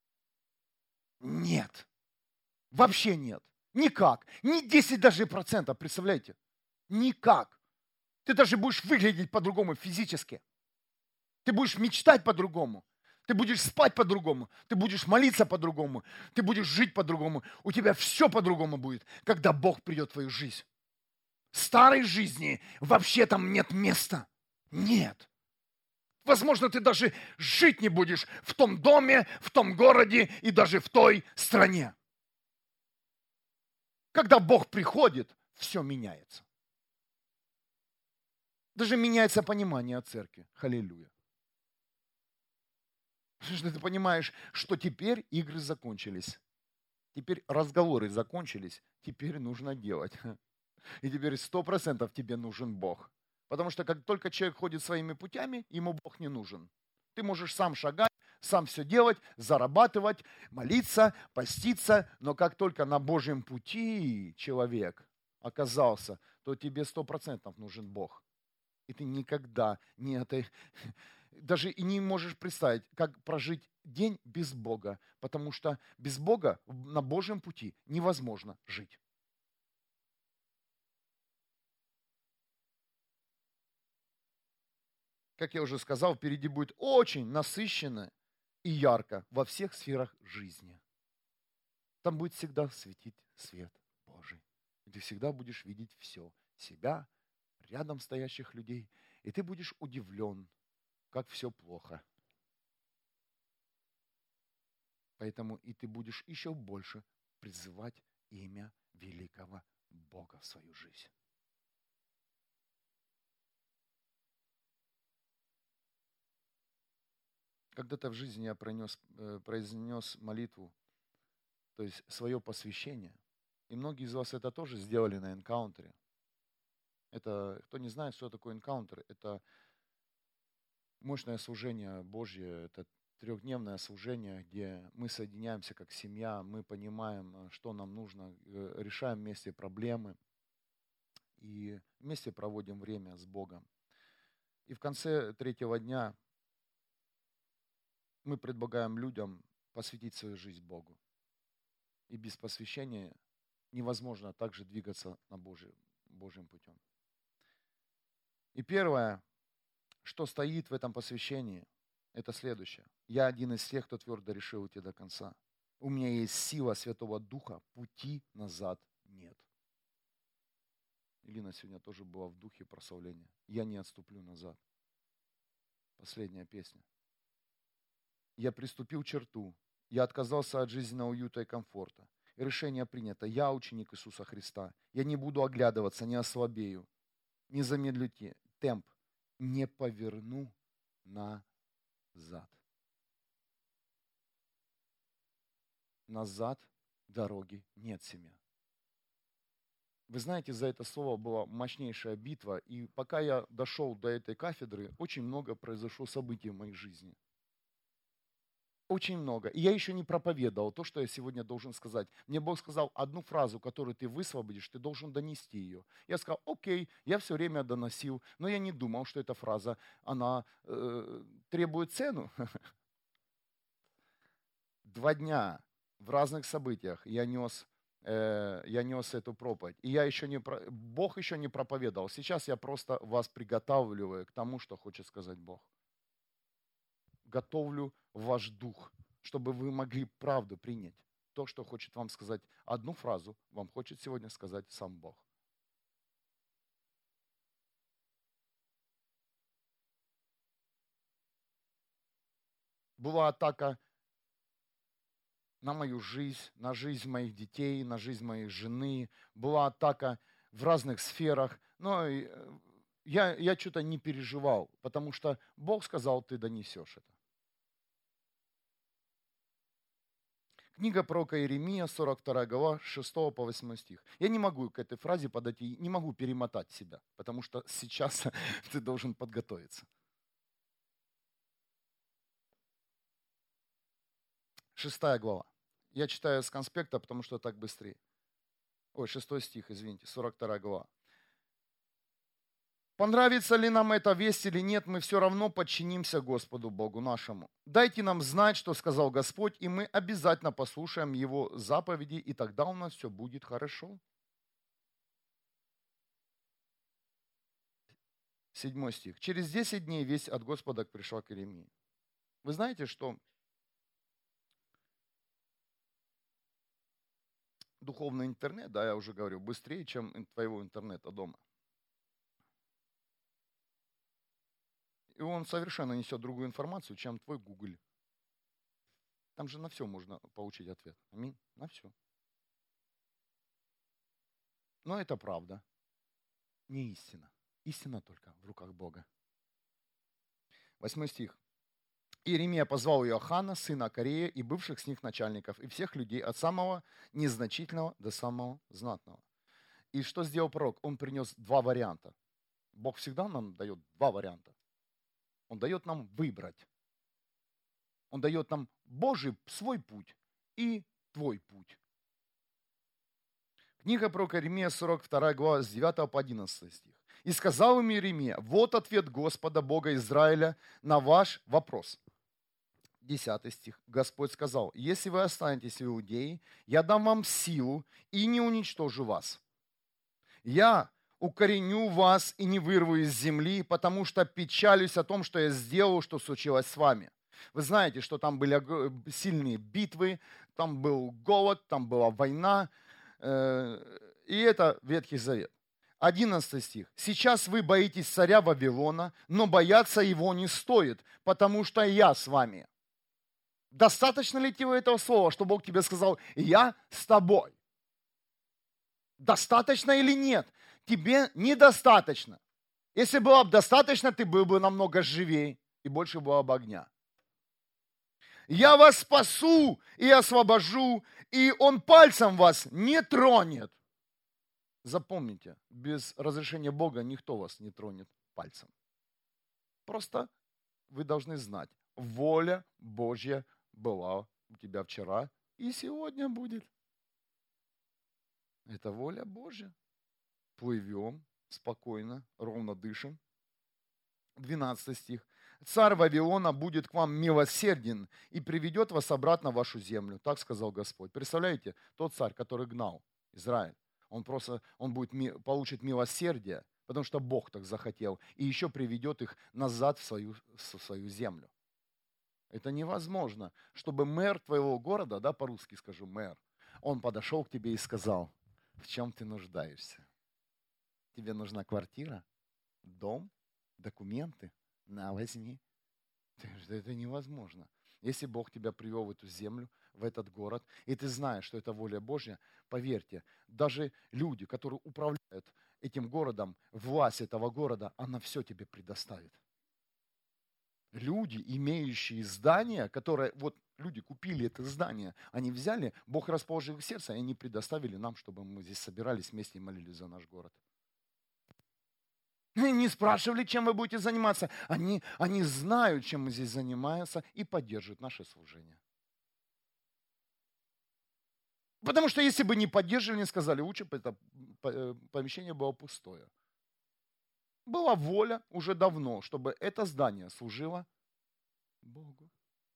S1: Нет. Вообще нет. Никак. Ни 10 даже процентов, представляете? Никак. Ты даже будешь выглядеть по-другому физически. Ты будешь мечтать по-другому. Ты будешь спать по-другому. Ты будешь молиться по-другому. Ты будешь жить по-другому. У тебя все по-другому будет, когда Бог придет в твою жизнь. Старой жизни вообще там нет места. Нет. Возможно, ты даже жить не будешь в том доме, в том городе и даже в той стране. Когда Бог приходит, все меняется. Даже меняется понимание о церкви. Халилюя. Потому что ты понимаешь, что теперь игры закончились. Теперь разговоры закончились. Теперь нужно делать. И теперь 100% тебе нужен Бог. Потому что как только человек ходит своими путями, ему Бог не нужен. Ты можешь сам шагать, сам все делать, зарабатывать, молиться, поститься, но как только на Божьем пути человек оказался, то тебе 100% нужен Бог. И ты никогда даже и не можешь представить, как прожить день без Бога, потому что без Бога на Божьем пути невозможно жить. Как я уже сказал, впереди будет очень насыщенно и ярко во всех сферах жизни. Там будет всегда светить свет Божий. И ты всегда будешь видеть все. Себя, рядом стоящих людей. И ты будешь удивлен, как все плохо. Поэтому и ты будешь еще больше призывать имя великого Бога в свою жизнь. Когда-то в жизни я произнес молитву, то есть свое посвящение. И многие из вас это тоже сделали на энкаунтере. Это, кто не знает, что такое энкаунтер, это мощное служение Божье, это трехдневное служение, где мы соединяемся как семья, мы понимаем, что нам нужно, решаем вместе проблемы и вместе проводим время с Богом. И в конце третьего дня мы предлагаем людям посвятить свою жизнь Богу. И без посвящения невозможно также двигаться на Божьим путем. И первое, что стоит в этом посвящении, это следующее. Я один из тех, кто твердо решил идти до конца. У меня есть сила Святого Духа, пути назад нет. Илина сегодня тоже была в духе прославления. Я не отступлю назад. Последняя песня. Я приступил черту. Я отказался от жизненного уюта и комфорта. И решение принято. Я ученик Иисуса Христа. Я не буду оглядываться, не ослабею, не замедлю темп, не поверну назад. Назад дороги нет, семья. Вы знаете, за это слово была мощнейшая битва. И пока я дошел до этой кафедры, очень много произошло событий в моей жизни. Очень много. И я еще не проповедовал то, что я сегодня должен сказать. Мне Бог сказал одну фразу, которую ты высвободишь, ты должен донести ее. Я сказал, окей, я все время доносил, но я не думал, что эта фраза, она требует цену. 2 дня в разных событиях я нес эту проповедь. И Бог еще не проповедовал. Сейчас я просто вас приготавливаю к тому, что хочет сказать Бог. Готовлю ваш дух, чтобы вы могли правду принять. то, что хочет вам сказать. Одну фразу вам хочет сегодня сказать сам Бог. Была атака на мою жизнь, на жизнь моих детей, на жизнь моей жены. Была атака в разных сферах. Но я что-то не переживал, потому что Бог сказал, ты донесешь это. Книга пророка Иеремия, 42 глава, 6 по 8 стих. Я не могу к этой фразе подойти, не могу перемотать себя, потому что сейчас ты должен подготовиться. 6 глава. Я читаю с конспекта, потому что так быстрее. 6 стих, извините, 42 глава. Понравится ли нам эта весть или нет, мы все равно подчинимся Господу Богу нашему. Дайте нам знать, что сказал Господь, и мы обязательно послушаем Его заповеди, и тогда у нас все будет хорошо. 7 стих. Через 10 дней весть от Господа пришла к Иеремии. Вы знаете, что духовный интернет, да, я уже говорю, быстрее, чем твоего интернета дома. И он совершенно несет другую информацию, чем твой Google. Там же на все можно получить ответ. Аминь. На все. Но это правда. Не истина. Истина только в руках Бога. 8 стих. Иеремия позвал Иоанна, сына Корея, и бывших с них начальников, и всех людей от самого незначительного до самого знатного. И что сделал пророк? Он принес два варианта. Бог всегда нам дает два варианта. Он дает нам выбрать. Он дает нам Божий свой путь и твой путь. Книга пророка Иеремия, 42 глава, с 9 по 11 стих. «И сказал им Иеремия, вот ответ Господа, Бога Израиля, на ваш вопрос». 10 стих. Господь сказал, если вы останетесь в Иудее, я дам вам силу и не уничтожу вас. Я укореню вас и не вырву из земли, потому что печалюсь о том, что я сделал, что случилось с вами. Вы знаете, что там были сильные битвы, там был голод, там была война, и это Ветхий Завет. 11 стих. «Сейчас вы боитесь царя Вавилона, но бояться его не стоит, потому что я с вами». Достаточно ли тебе этого слова, что Бог тебе сказал, я с тобой? Достаточно или нет? Тебе недостаточно. Если было бы достаточно, ты был бы намного живее и больше было бы огня. Я вас спасу и освобожу, и он пальцем вас не тронет. Запомните, без разрешения Бога никто вас не тронет пальцем. Просто вы должны знать, воля Божья была у тебя вчера и сегодня будет. Это воля Божья. Плывем спокойно, ровно дышим. 12 стих. «Царь Вавилона будет к вам милосерден и приведет вас обратно в вашу землю». Так сказал Господь. Представляете, тот царь, который гнал Израиль, он получит милосердие, потому что Бог так захотел, и еще приведет их назад в свою землю. Это невозможно, чтобы мэр твоего города, да, по-русски скажу, мэр, он подошел к тебе и сказал, в чем ты нуждаешься? Тебе нужна квартира, дом, документы? На, возьми. Это невозможно. Если Бог тебя привел в эту землю, в этот город, и ты знаешь, что это воля Божья, поверьте, даже люди, которые управляют этим городом, власть этого города, она все тебе предоставит. Люди, имеющие здание, которые, вот люди купили это здание, они взяли, Бог расположил их сердце, и они предоставили нам, чтобы мы здесь собирались вместе и молились за наш город. Не спрашивали, чем вы будете заниматься. Они знают, чем мы здесь занимаемся, и поддерживают наше служение. Потому что если бы не поддерживали, не сказали, лучше бы это помещение было пустое. Была воля уже давно, чтобы это здание служило Богу.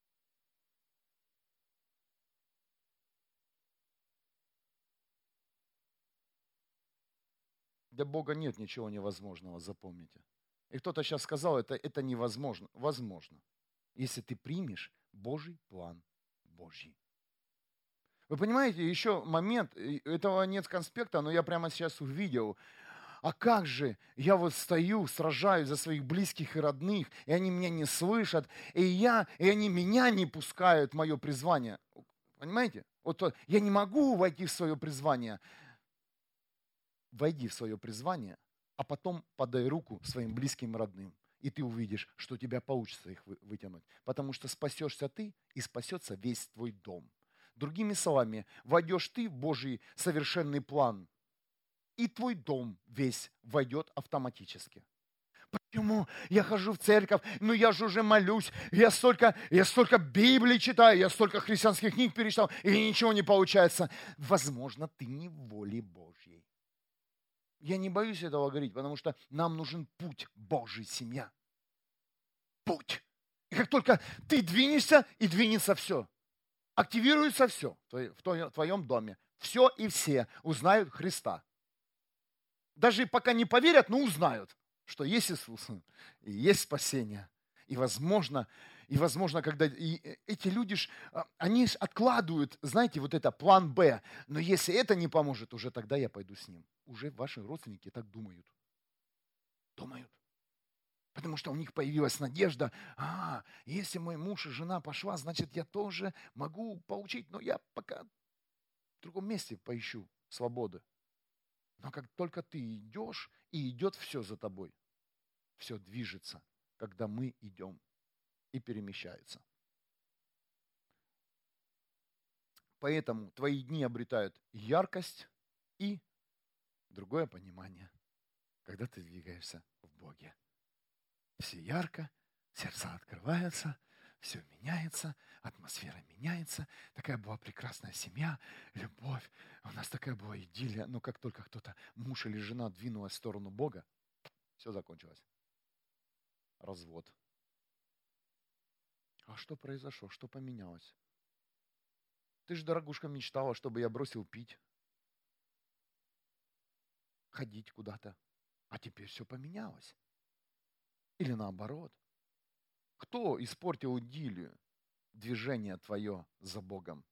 S1: Для Бога нет ничего невозможного, запомните. И кто-то сейчас сказал, это невозможно. Возможно, если ты примешь Божий план Божий. Вы понимаете, еще момент, этого нет конспекта, но я прямо сейчас увидел. А как же, я вот стою, сражаюсь за своих близких и родных, и они меня не слышат, и они меня не пускают в мое призвание. Понимаете? Я не могу войти в свое призвание. Войди в свое призвание, а потом подай руку своим близким и родным. И ты увидишь, что у тебя получится их вытянуть. Потому что спасешься ты, и спасется весь твой дом. Другими словами, войдешь ты в Божий совершенный план, и твой дом весь войдет автоматически. Почему я хожу в церковь, но я же уже молюсь, я столько Библии читаю, я столько христианских книг перечитал, и ничего не получается. Возможно, ты не в воле Божьей. Я не боюсь этого говорить, потому что нам нужен путь Божий, семья. Путь. И как только ты двинешься, и двинется все. Активируется все в твоем доме. Все и все узнают Христа. Даже пока не поверят, но узнают, что есть Иисус, и есть спасение. И возможно, когда эти люди, они откладывают, знаете, вот это план Б. Но если это не поможет, уже тогда я пойду с ним. Уже ваши родственники так думают. Думают. Потому что у них появилась надежда, если мой муж и жена пошла, значит, я тоже могу получить, но я пока в другом месте поищу свободы. Но как только ты идешь, и идет все за тобой, все движется, когда мы идем и перемещается. Поэтому твои дни обретают яркость и другое понимание, когда ты двигаешься в Боге. Все ярко, сердца открываются, все меняется, атмосфера меняется. Такая была прекрасная семья, любовь. У нас такая была идиллия. Но как только кто-то, муж или жена, двинулась в сторону Бога, все закончилось. Развод. А что произошло? Что поменялось? Ты же, дорогушка, мечтала, чтобы я бросил пить, ходить куда-то. А теперь все поменялось. Или наоборот. Кто испортил идиллию, движение твое за Богом?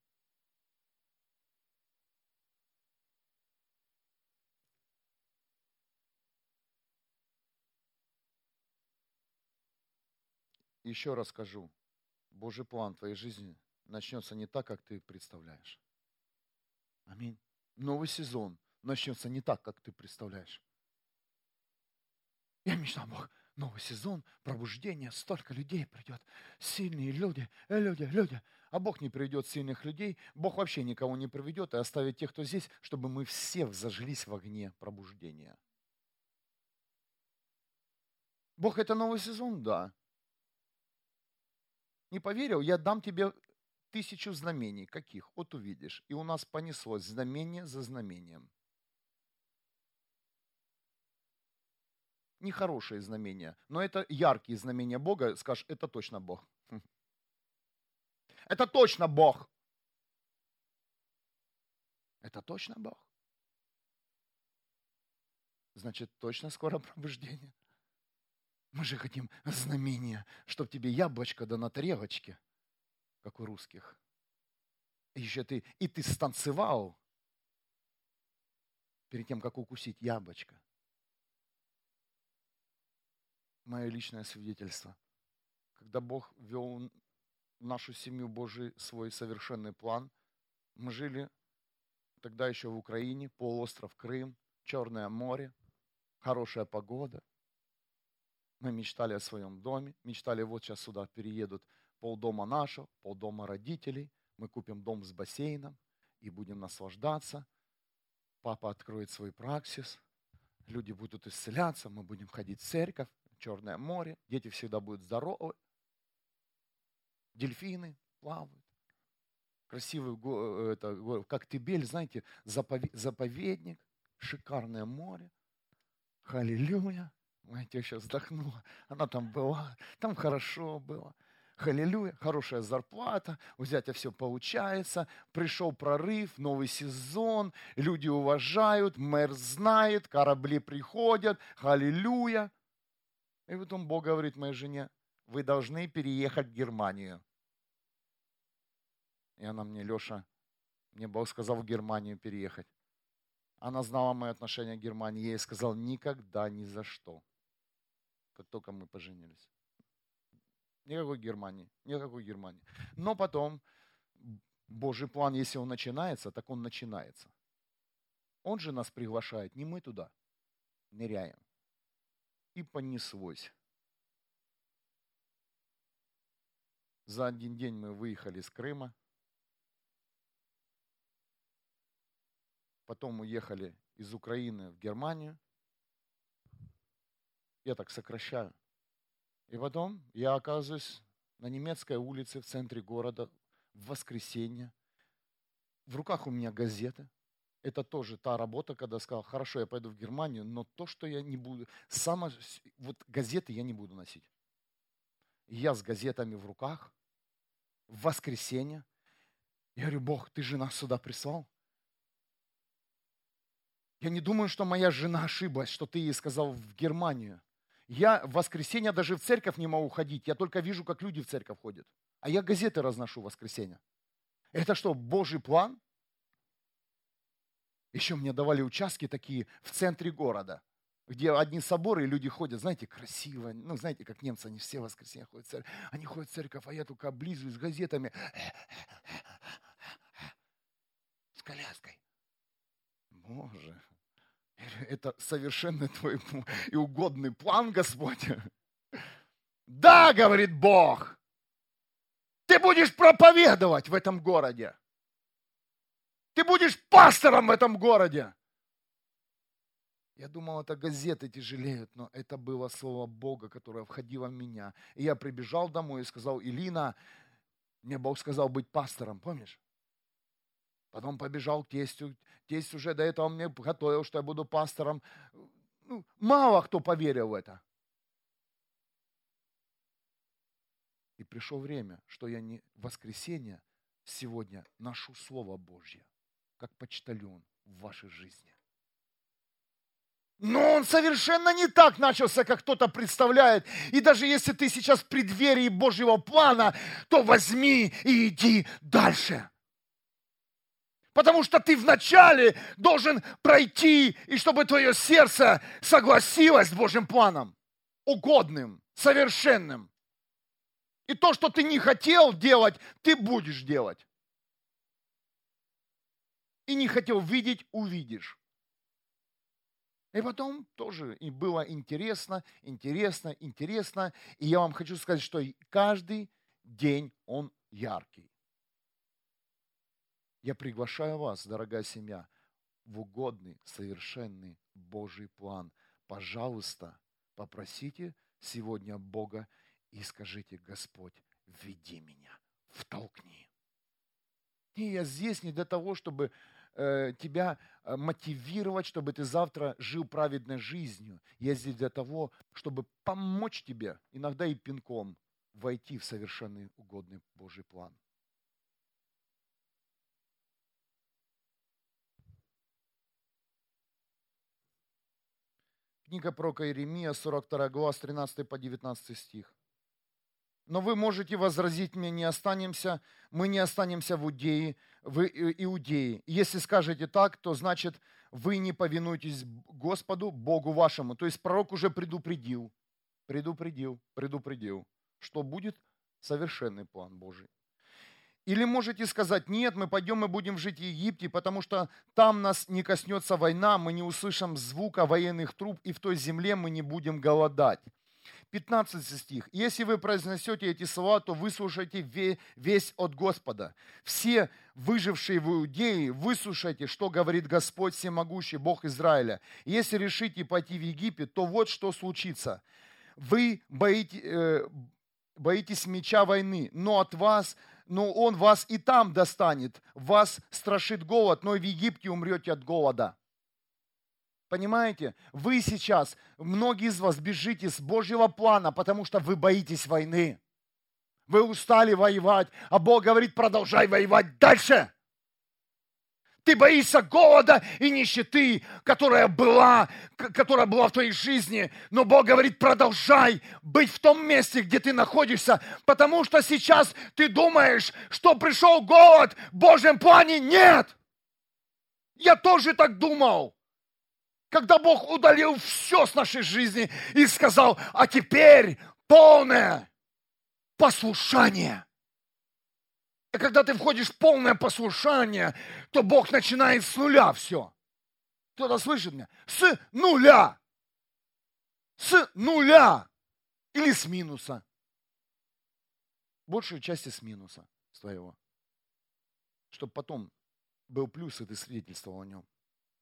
S1: Еще раз скажу, Божий план твоей жизни начнется не так, как ты представляешь. Аминь. Новый сезон начнется не так, как ты представляешь. Я мечтал, Бог, новый сезон, пробуждение, столько людей придет, сильные люди. А Бог не приведет сильных людей, Бог вообще никого не приведет и оставит тех, кто здесь, чтобы мы все зажглись в огне пробуждения. Бог, это новый сезон? Да. Не поверил? Я дам тебе 1000 знамений. Каких? Вот увидишь. И у нас понеслось знамение за знамением. Нехорошие знамения, но это яркие знамения Бога. Скажешь, это точно Бог. Это точно Бог. Это точно Бог. Значит, точно скоро пробуждение. Мы же хотим знамения, чтоб тебе яблочко да на тарелочке, как у русских. И еще ты станцевал перед тем, как укусить яблочко. Мое личное свидетельство. Когда Бог вел в нашу семью Божий свой совершенный план, мы жили тогда еще в Украине, полуостров Крым, Черное море, хорошая погода. Мы мечтали о своем доме, мечтали, вот сейчас сюда переедут полдома нашего, полдома родителей, мы купим дом с бассейном и будем наслаждаться. Папа откроет свой праксис, люди будут исцеляться, мы будем ходить в церковь, Черное море, дети всегда будут здоровы, дельфины плавают. Красивый как Тибель, знаете, заповедник, шикарное море. Аллилуйя. Знаете, я сейчас вздохнула. Она там была, там хорошо было. Аллилуйя, хорошая зарплата, у зятя все получается, пришел прорыв, новый сезон, люди уважают, мэр знает, корабли приходят, аллилуйя. И потом Бог говорит моей жене, вы должны переехать в Германию. И она мне, Леша, Мне Бог сказал в Германию переехать. Она знала мое отношение к Германии. Я ей сказал, никогда, ни за что. Как только мы поженились. Никакой Германии. Никакой Германии. Но потом Божий план, если он начинается, так он начинается. Он же нас приглашает, не мы туда ныряем. И понеслось. За один день мы выехали из Крыма. Потом уехали из Украины в Германию. Я так сокращаю. И потом я оказываюсь на немецкой улице в центре города в воскресенье. В руках у меня газеты. Это тоже та работа, когда я сказал, хорошо, я пойду в Германию, но то, что я не буду, вот газеты я не буду носить. И я с газетами в руках в воскресенье. Я говорю, Бог, ты же нас сюда прислал. Я не думаю, что моя жена ошиблась, что ты ей сказал в Германию. Я в воскресенье даже в церковь не могу ходить. Я только вижу, как люди в церковь ходят. А я газеты разношу в воскресенье. Это что, Божий план? Еще мне давали участки такие в центре города, где одни соборы, и люди ходят, знаете, красиво. Ну, знаете, как немцы, они все в воскресенье ходят в церковь. Они ходят в церковь, а я только облизываюсь с газетами. С коляской. Боже, это совершенно твой и угодный план, Господь. Да, говорит Бог, ты будешь проповедовать в этом городе. Ты будешь пастором в этом городе. Я думал, это газеты тяжелеют, но это было слово Бога, которое входило в меня. И я прибежал домой и сказал, Илина, мне Бог сказал быть пастором, помнишь? Потом побежал к тестю. Тесть уже до этого мне готовил, что я буду пастором. Ну, мало кто поверил в это. И пришло время, что я не в воскресенье сегодня ношу Слово Божье, как почтальон в вашей жизни. Но он совершенно не так начался, как кто-то представляет. И даже если ты сейчас в преддверии Божьего плана, то возьми и иди дальше. Потому что ты вначале должен пройти, и чтобы твое сердце согласилось с Божьим планом, угодным, совершенным. И то, что ты не хотел делать, ты будешь делать. И не хотел видеть, увидишь. И потом тоже и было интересно. И я вам хочу сказать, что каждый день он яркий. Я приглашаю вас, дорогая семья, в угодный, совершенный Божий план. Пожалуйста, попросите сегодня Бога и скажите, Господь, веди меня, втолкни. И я здесь не для того, чтобы тебя мотивировать, чтобы ты завтра жил праведной жизнью. Я здесь для того, чтобы помочь тебе, иногда и пинком, войти в совершенный угодный Божий план. Книга пророка Иеремия, 42 глава, с 13 по 19 стих. Но вы можете возразить мне, мы не останемся в Иудее. Если скажете так, то значит вы не повинуетесь Господу, Богу вашему. То есть пророк уже предупредил, что будет совершенный план Божий. Или можете сказать, нет, мы пойдем и будем жить в Египте, потому что там нас не коснется война, мы не услышим звука военных труб, и в той земле мы не будем голодать. 15 стих. Если вы произнесете эти слова, то выслушайте весть от Господа. Все выжившие в Иудее, выслушайте, что говорит Господь Всемогущий, Бог Израиля. Если решите пойти в Египет, то вот что случится. Вы боитесь меча войны, но он вас и там достанет. Вас страшит голод, но и в Египте умрете от голода. Понимаете? Вы сейчас, многие из вас бежите с Божьего плана, потому что вы боитесь войны. Вы устали воевать, а Бог говорит, продолжай воевать дальше. Ты боишься голода и нищеты, которая была в твоей жизни. Но Бог говорит, продолжай быть в том месте, где ты находишься, потому что сейчас ты думаешь, что пришел голод, в Божьем плане нет. Я тоже так думал. Когда Бог удалил все с нашей жизни и сказал, а теперь полное послушание. И когда ты входишь в полное послушание, то Бог начинает с нуля все. Кто-то слышит меня? С нуля. С нуля. Или с минуса. Большую часть с минуса своего. Чтобы потом был плюс, и ты свидетельствовал о нем.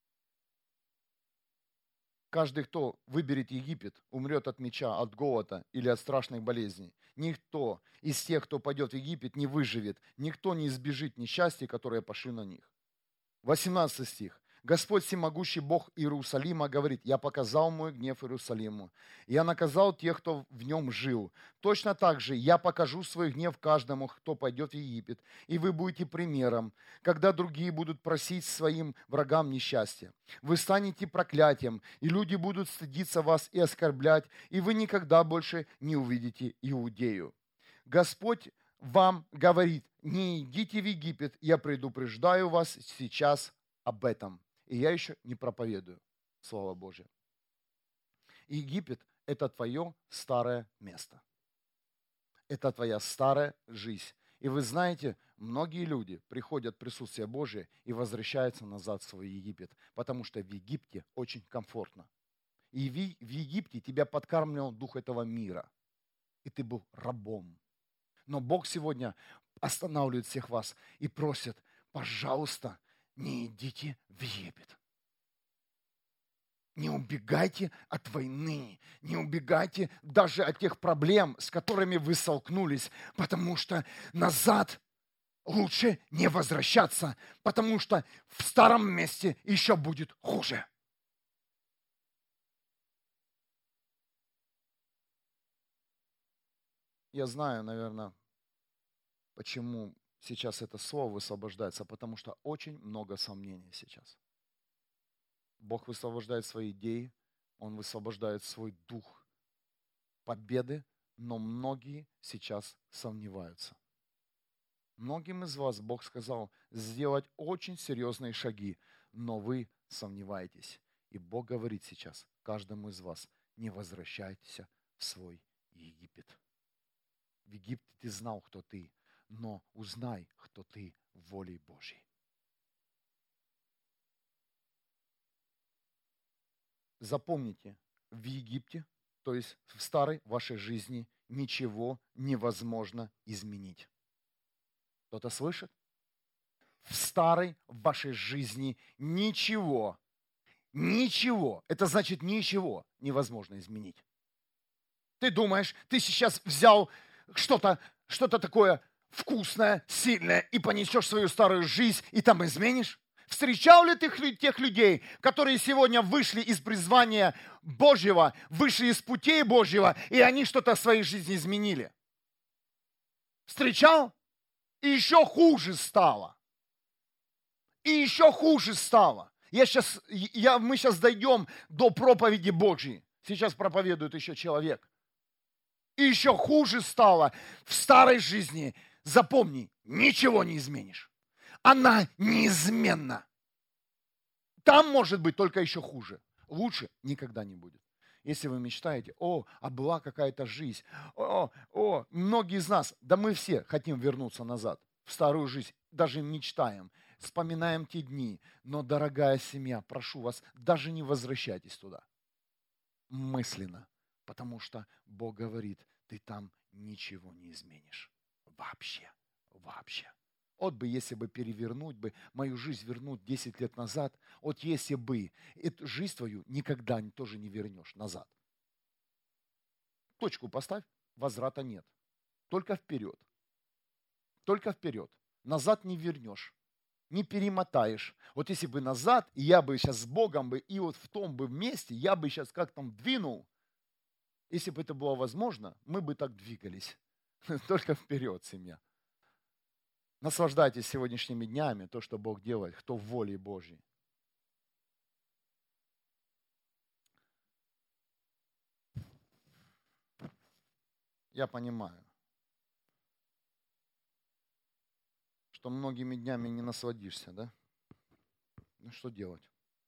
S1: Каждый, кто выберет Египет, умрет от меча, от голода или от страшных болезней. Никто из тех, кто пойдет в Египет, не выживет. Никто не избежит несчастья, которые пошли на них. 18 стих. Господь всемогущий Бог Иерусалима говорит, я показал мой гнев Иерусалиму. Я наказал тех, кто в нем жил. Точно так же я покажу свой гнев каждому, кто пойдет в Египет. И вы будете примером, когда другие будут просить своим врагам несчастья. Вы станете проклятием, и люди будут стыдиться вас и оскорблять, и вы никогда больше не увидите Иудею. Господь вам говорит, не идите в Египет, я предупреждаю вас сейчас об этом. И я еще не проповедую Слово Божье. Египет – это твое старое место. Это твоя старая жизнь. И вы знаете, многие люди приходят в присутствие Божие и возвращаются назад в свой Египет, потому что в Египте очень комфортно. И в Египте тебя подкармливал дух этого мира. И ты был рабом. Но Бог сегодня останавливает всех вас и просит, пожалуйста, не идите в Египет. Не убегайте от войны, не убегайте даже от тех проблем, с которыми вы столкнулись, потому что назад лучше не возвращаться, потому что в старом месте еще будет хуже. Я знаю, наверное, почему сейчас это слово высвобождается, потому что очень много сомнений сейчас. Бог высвобождает свои идеи, Он высвобождает свой дух победы, но многие сейчас сомневаются. Многим из вас Бог сказал сделать очень серьезные шаги, но вы сомневаетесь. И Бог говорит сейчас каждому из вас, не возвращайтесь в свой Египет. В Египте ты знал, кто ты, но узнай, кто ты волей Божьей. Запомните, в Египте, то есть в старой вашей жизни, ничего невозможно изменить. Кто-то слышит? В старой вашей жизни ничего, это значит ничего невозможно изменить. Ты думаешь, ты сейчас взял что-то такое вкусное, сильное и понесешь свою старую жизнь и там изменишь? Встречал ли ты тех людей, которые сегодня вышли из призвания Божьего, вышли из путей Божьего, и они что-то в своей жизни изменили? Встречал? И еще хуже стало. И еще хуже стало. Мы сейчас дойдем до проповеди Божьей. Сейчас проповедует еще человек. И еще хуже стало в старой жизни. Запомни, ничего не изменишь. Она неизменна. Там может быть только еще хуже. Лучше никогда не будет. Если вы мечтаете, а была какая-то жизнь, многие из нас, да мы все хотим вернуться назад, в старую жизнь, даже мечтаем, вспоминаем те дни. Но, дорогая семья, прошу вас, даже не возвращайтесь туда мысленно, потому что Бог говорит, ты там ничего не изменишь. Вообще. Если бы перевернуть бы, мою жизнь вернуть 10 лет назад, если бы, эту жизнь твою никогда тоже не вернешь назад. Точку поставь, возврата нет. Только вперед. Назад не вернешь, не перемотаешь. Если бы назад, и я бы сейчас с Богом бы, и в том бы месте, я бы сейчас как там двинул, если бы это было возможно, мы бы так двигались. Только вперед, семья. Наслаждайтесь сегодняшними днями, то, что Бог делает, кто в воле Божьей. Я понимаю, что многими днями не насладишься, да? Ну что делать?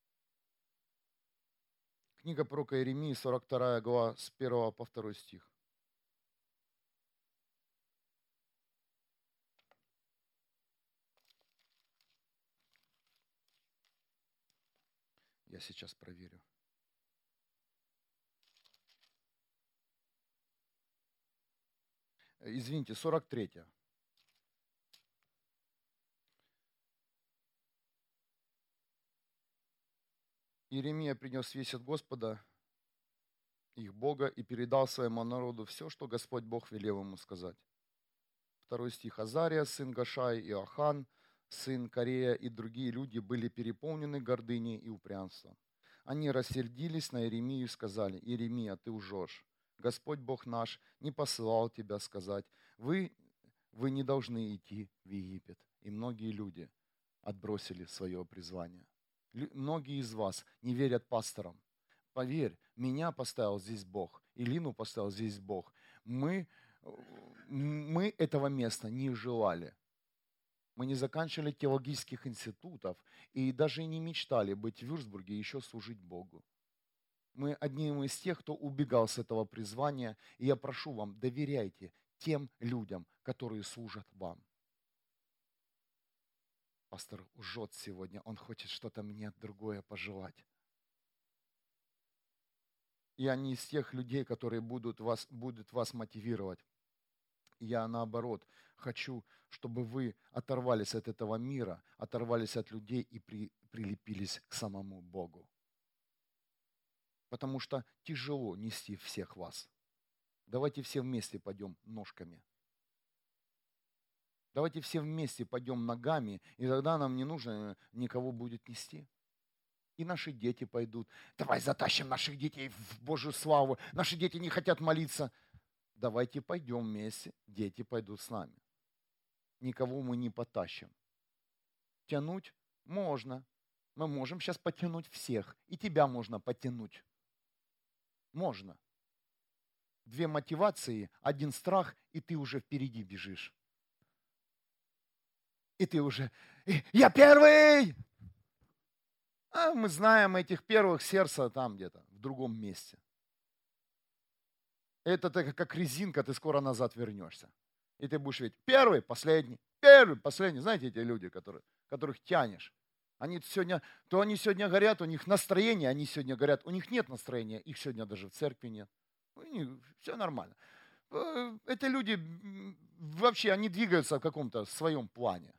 S1: Книга пророка Иеремии, 42 глава, с 1 по 2 стих. Я сейчас проверю. Извините, 43. Иеремия принес весть от Господа, их Бога, и передал своему народу все, что Господь Бог велел ему сказать. 2 стих. Азария, сын Гашай, и Ахан, сын Корея, и другие люди были переполнены гордыней и упрямством. Они рассердились на Иеремию и сказали: Иеремия, ты лжешь. Господь Бог наш не посылал тебя сказать: вы не должны идти в Египет. И многие люди отбросили свое призвание. Многие из вас не верят пасторам. Поверь, меня поставил здесь Бог, Илину поставил здесь Бог. Мы этого места не желали. Мы не заканчивали теологических институтов и даже не мечтали быть в Вюрцбурге и еще служить Богу. Мы одним из тех, кто убегал с этого призвания. И я прошу вам, доверяйте тем людям, которые служат вам. Пастор лжет сегодня, он хочет что-то мне другое пожелать. Я не из тех людей, которые будут вас мотивировать. Я, наоборот, хочу, чтобы вы оторвались от этого мира, оторвались от людей и прилепились к самому Богу. Потому что тяжело нести всех вас. Давайте все вместе пойдем ножками. Давайте все вместе пойдем ногами, и тогда нам не нужно никого будет нести. И наши дети пойдут. Давай затащим наших детей в Божью славу. Наши дети не хотят молиться. Давайте пойдем вместе, дети пойдут с нами. Никого мы не потащим. Тянуть можно. Мы можем сейчас потянуть всех. И тебя можно потянуть. Можно. 2 мотивации, 1 страх, и ты уже впереди бежишь. И ты уже, я первый! А мы знаем этих первых, сердца там где-то, в другом месте. Это как резинка, ты скоро назад вернешься. И ты будешь видеть, первый, последний. Знаете эти люди, которых тянешь? Они сегодня горят, у них настроение, они сегодня горят, у них нет настроения, их сегодня даже в церкви нет. У них все нормально. Эти люди вообще, они двигаются в каком-то своем плане.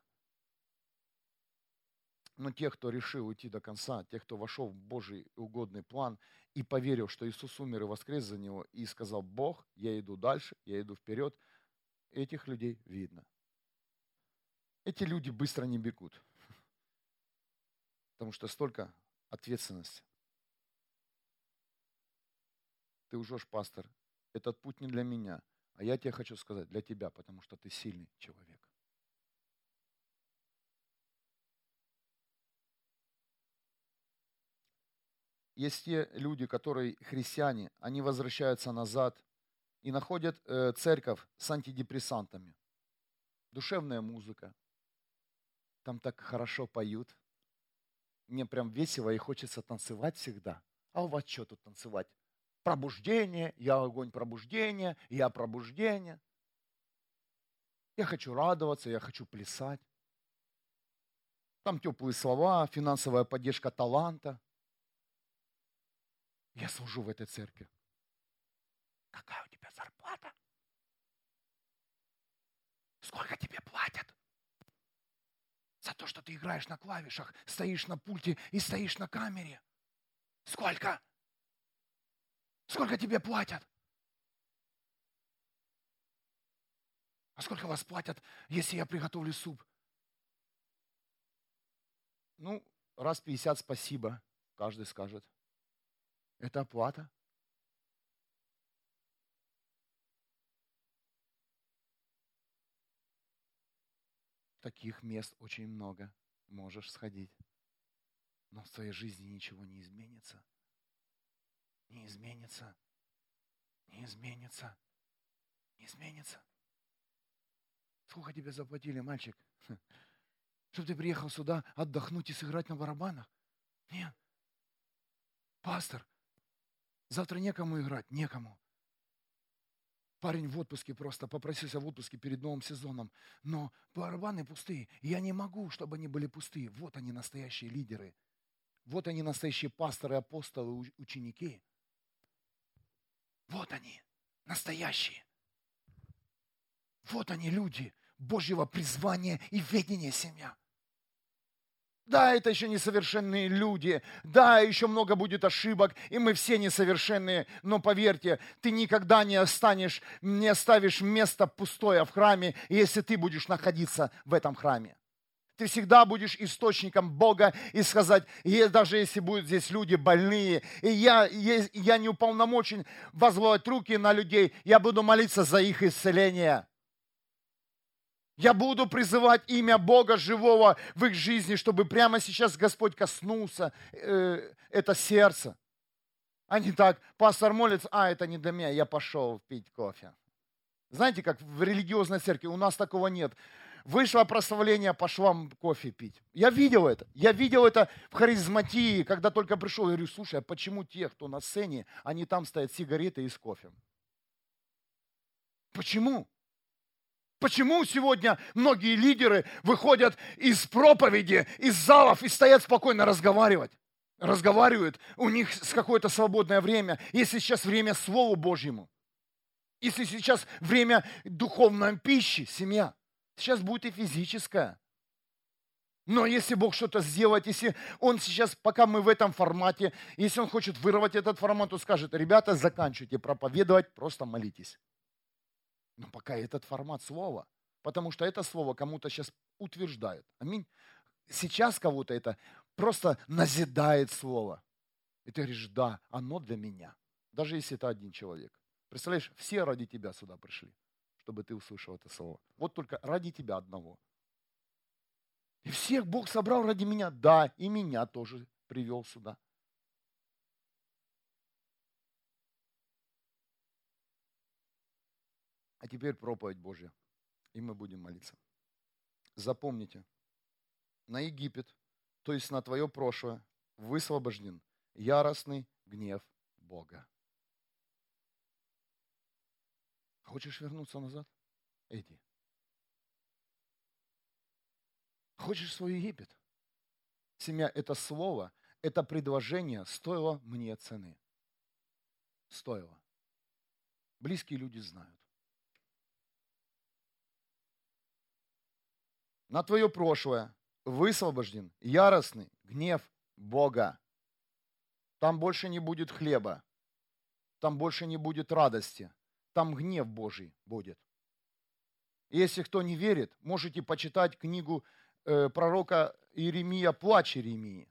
S1: Но те, кто решил уйти до конца, те, кто вошел в Божий угодный план и поверил, что Иисус умер и воскрес за него, и сказал: Бог, я иду дальше, я иду вперед, этих людей видно. Эти люди быстро не бегут, потому что столько ответственности. Ты лжешь, пастор, этот путь не для меня, а я тебе хочу сказать, для тебя, потому что ты сильный человек. Есть те люди, которые христиане, они возвращаются назад и находят церковь с антидепрессантами. Душевная музыка. Там так хорошо поют. Мне прям весело и хочется танцевать всегда. А у вас что тут танцевать? Пробуждение, я огонь пробуждения, я пробуждение. Я хочу радоваться, я хочу плясать. Там теплые слова, финансовая поддержка таланта. Я служу в этой церкви. Какая у тебя зарплата? Сколько тебе платят? За то, что ты играешь на клавишах, стоишь на пульте и стоишь на камере. Сколько? Сколько тебе платят? А сколько вас платят, если я приготовлю суп? Ну, раз 50 спасибо, каждый скажет. Это оплата. Таких мест очень много. Можешь сходить. Но в твоей жизни ничего не изменится. Не изменится. Не изменится. Не изменится. Сколько тебе заплатили, мальчик? Чтобы ты приехал сюда отдохнуть и сыграть на барабанах? Нет. Пастор, завтра некому играть, некому. Парень в отпуске просто попросился в отпуске перед новым сезоном. Но барабаны пустые. Я не могу, чтобы они были пустые. Вот они, настоящие лидеры. Вот они, настоящие пасторы, апостолы, ученики. Вот они, настоящие. Вот они, люди Божьего призвания и ведения семья. Да, это еще несовершенные люди. Да, еще много будет ошибок, и мы все несовершенные. Но поверьте, ты никогда не оставишь место пустое в храме, если ты будешь находиться в этом храме. Ты всегда будешь источником Бога и сказать, даже если будут здесь люди больные, и я не уполномочен возлагать руки на людей, я буду молиться за их исцеление. Я буду призывать имя Бога живого в их жизни, чтобы прямо сейчас Господь коснулся это сердце. А не так, пастор молится, это не для меня, я пошел пить кофе. Знаете, как в религиозной церкви, у нас такого нет. Вышло прославление, пошла кофе пить. Я видел это. Я видел это в харизматии, когда только пришел. Я говорю, слушай, а почему те, кто на сцене, они там стоят сигареты и с кофе? Почему? Почему сегодня многие лидеры выходят из проповеди, из залов и стоят спокойно разговаривают? У них какое-то свободное время. Если сейчас время Слову Божьему, если сейчас время духовной пищи, семья, сейчас будет и физическая. Но если Бог что-то сделает, если Он сейчас, пока мы в этом формате, если Он хочет вырвать этот формат, Он скажет, ребята, заканчивайте проповедовать, просто молитесь. Но пока этот формат слова, потому что это слово кому-то сейчас утверждает. Аминь. Сейчас кого-то это просто назидает слово. И ты говоришь, да, оно для меня. Даже если это один человек. Представляешь, все ради тебя сюда пришли, чтобы ты услышал это слово. Вот только ради тебя одного. И всех Бог собрал ради меня. Да, и меня тоже привел сюда. А теперь проповедь Божья. И мы будем молиться. Запомните, на Египет, то есть на твое прошлое, высвобожден яростный гнев Бога. Хочешь вернуться назад? Иди. Хочешь свой Египет? Семья, это слово, это предложение стоило мне цены. Стоило. Близкие люди знают. На твое прошлое высвобожден яростный гнев Бога. Там больше не будет хлеба. Там больше не будет радости. Там гнев Божий будет. Если кто не верит, можете почитать книгу пророка Иеремия «Плач Иеремии».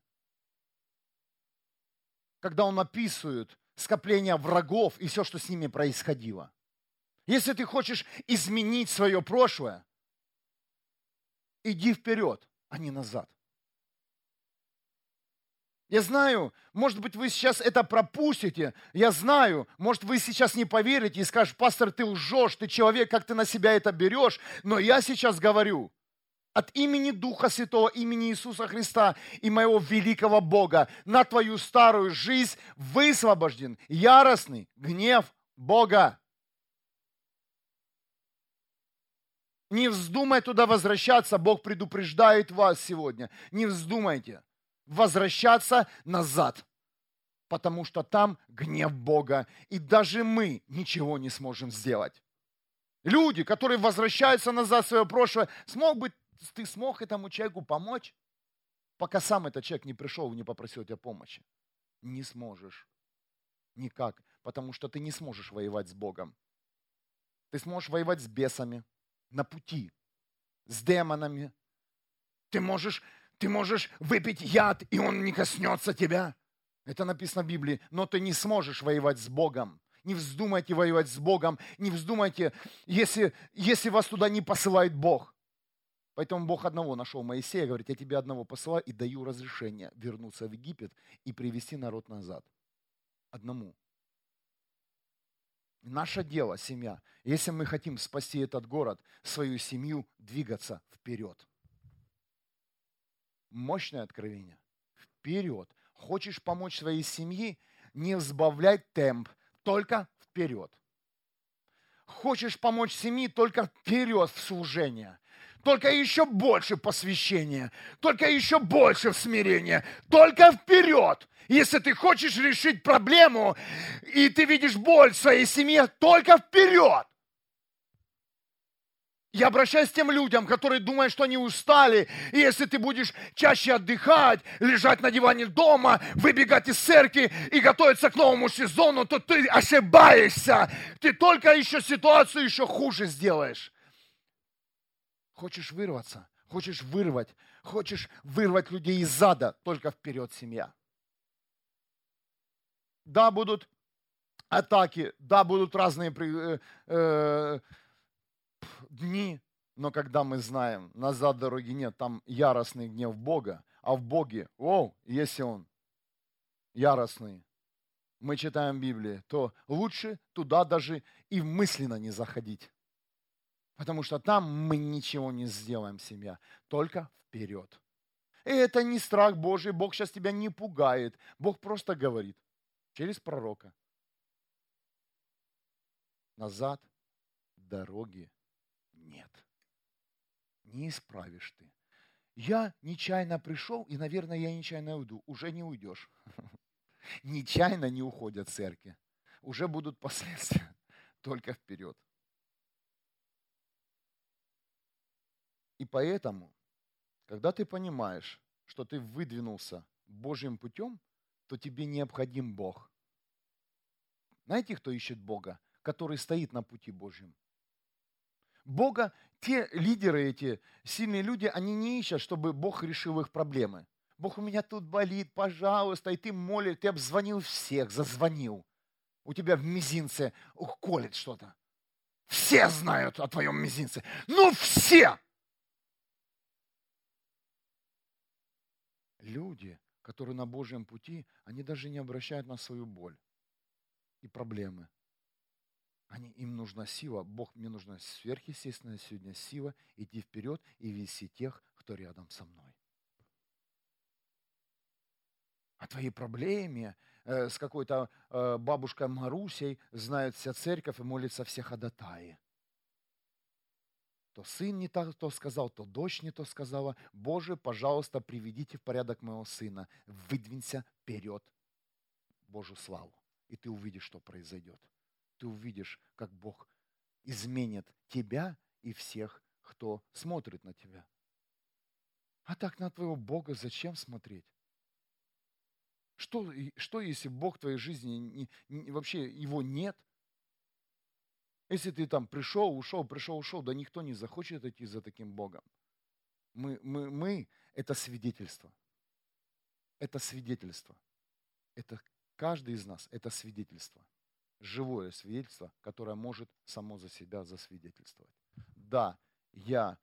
S1: Когда он описывает скопление врагов и все, что с ними происходило. Если ты хочешь изменить свое прошлое, иди вперед, а не назад. Я знаю, может быть, вы сейчас это пропустите. Я знаю, может, вы сейчас не поверите и скажете, пастор, ты лжешь, ты человек, как ты на себя это берешь. Но я сейчас говорю от имени Духа Святого, имени Иисуса Христа и моего великого Бога на твою старую жизнь высвобожден яростный гнев Бога. Не вздумай туда возвращаться, Бог предупреждает вас сегодня. Не вздумайте возвращаться назад, потому что там гнев Бога, и даже мы ничего не сможем сделать. Люди, которые возвращаются назад в свое прошлое, ты смог этому человеку помочь, пока сам этот человек не пришел и не попросил тебя помощи? Не сможешь. Никак, потому что ты не сможешь воевать с Богом. Ты сможешь воевать с бесами на пути, с демонами. Ты можешь выпить яд, и он не коснется тебя. Это написано в Библии. Но ты не сможешь воевать с Богом. Не вздумайте воевать с Богом. Не вздумайте, если вас туда не посылает Бог. Поэтому Бог одного нашел Моисея, говорит, я тебе одного посылаю и даю разрешение вернуться в Египет и привести народ назад. Одному. Наше дело, семья, если мы хотим спасти этот город, свою семью, двигаться вперед. Мощное откровение. Вперед. Хочешь помочь своей семье, не сбавляй темп, только вперед. Хочешь помочь семье, только вперед в служение. Только еще больше посвящения, только еще больше смирения, только вперед. Если ты хочешь решить проблему, и ты видишь боль в своей семье, только вперед. Я обращаюсь к тем людям, которые думают, что они устали, и если ты будешь чаще отдыхать, лежать на диване дома, выбегать из церкви и готовиться к новому сезону, то ты ошибаешься. Ты только еще ситуацию еще хуже сделаешь. Хочешь вырваться, хочешь вырвать людей из ада, только вперед, семья. Да, будут атаки, да, будут разные дни, но когда мы знаем, назад дороги нет, там яростный гнев Бога, а в Боге, если Он яростный, мы читаем Библию, то лучше туда даже и мысленно не заходить. Потому что там мы ничего не сделаем, семья, только вперед. И это не страх Божий, Бог сейчас тебя не пугает, Бог просто говорит через пророка. Назад дороги нет. Не исправишь ты. Я нечаянно пришел, и, наверное, я нечаянно уйду. Уже не уйдешь. Нечаянно не уходят церкви. Уже будут последствия. Только вперед. И поэтому, когда ты понимаешь, что ты выдвинулся Божьим путем, то тебе необходим Бог. Знаете, кто ищет Бога? Который стоит на пути Божьем. Бога, те лидеры, эти сильные люди, они не ищут, чтобы Бог решил их проблемы. Бог, у меня тут болит, пожалуйста, и ты молишь, ты обзвонил всех, зазвонил. У тебя в мизинце колет что-то. Все знают о твоем мизинце. Ну, все! Люди, которые на Божьем пути, они даже не обращают на свою боль и проблемы. Им нужна сила. Бог, мне нужна сверхъестественная сегодня сила идти вперед и вести тех, кто рядом со мной. О твоей проблеме с какой-то бабушкой Марусей знает вся церковь и молится все ходатаи. То сын не то сказал, то дочь не то сказала. Боже, пожалуйста, приведите в порядок моего сына. Выдвинься вперед Божью славу. И ты увидишь, что произойдет. Ты увидишь, как Бог изменит тебя и всех, кто смотрит на тебя. А так на твоего Бога зачем смотреть? Что если Бог в твоей жизни вообще его нет? Если ты там пришел, ушел, да никто не захочет идти за таким Богом. Мы это свидетельство. Это свидетельство. Это каждый из нас, это свидетельство. Живое свидетельство, которое может само за себя засвидетельствовать. Да, я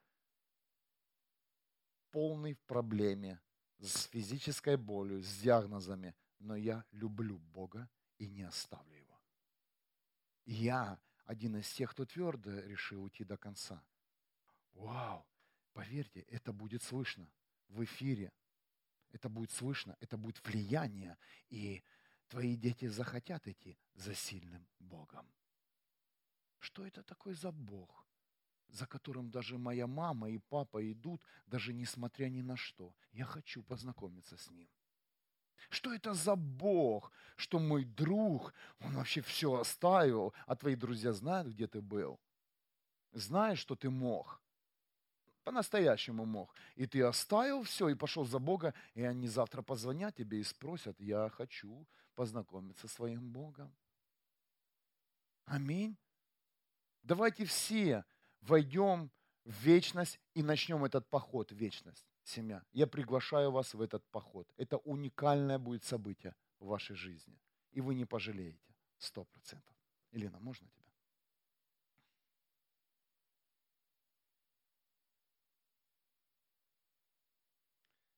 S1: полный в проблеме, с физической болью, с диагнозами, но я люблю Бога и не оставлю Его. Я один из тех, кто твердо решил идти до конца. Вау! Поверьте, это будет слышно в эфире. Это будет слышно, это будет влияние. И твои дети захотят идти за сильным Богом. Что это такое за Бог, за которым даже моя мама и папа идут, даже несмотря ни на что? Я хочу познакомиться с Ним. Что это за Бог, что мой друг, он вообще все оставил, а твои друзья знают, где ты был? Знают, что ты мог. По-настоящему мог. И ты оставил все и пошел за Бога, и они завтра позвонят тебе и спросят, я хочу познакомиться со своим Богом. Аминь. Давайте все войдем в вечность и начнем этот поход в вечность, семья. Я приглашаю вас в этот поход. Это уникальное будет событие в вашей жизни. И вы не пожалеете. 100%. Елена, можно тебя?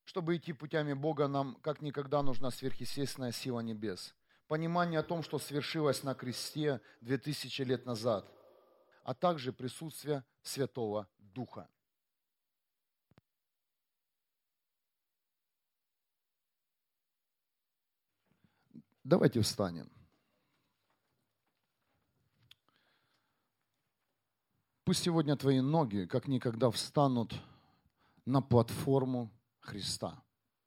S1: Чтобы идти путями Бога, нам как никогда нужна сверхъестественная сила небес. Понимание о том, что свершилось на кресте 2000 лет назад, а также присутствие Святого Духа. Давайте встанем. Пусть сегодня твои ноги как никогда встанут на платформу Христа.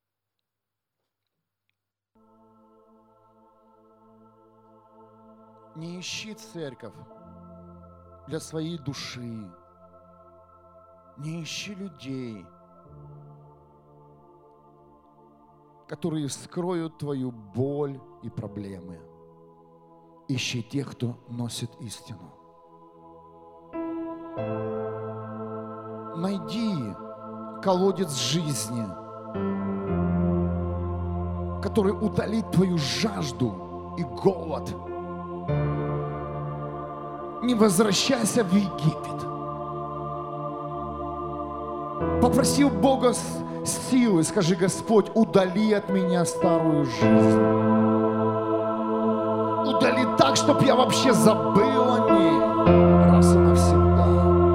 S1: Не ищи церковь для своей души. Не ищи людей, которые вскроют твою боль и проблемы. Ищи тех, кто носит истину. Найди колодец жизни, который удалит твою жажду и голод. Не возвращайся в Египет. Попроси у Бога силы, скажи: Господь, удали от меня старую жизнь. Удали так, чтобы я вообще забыл о ней раз и навсегда.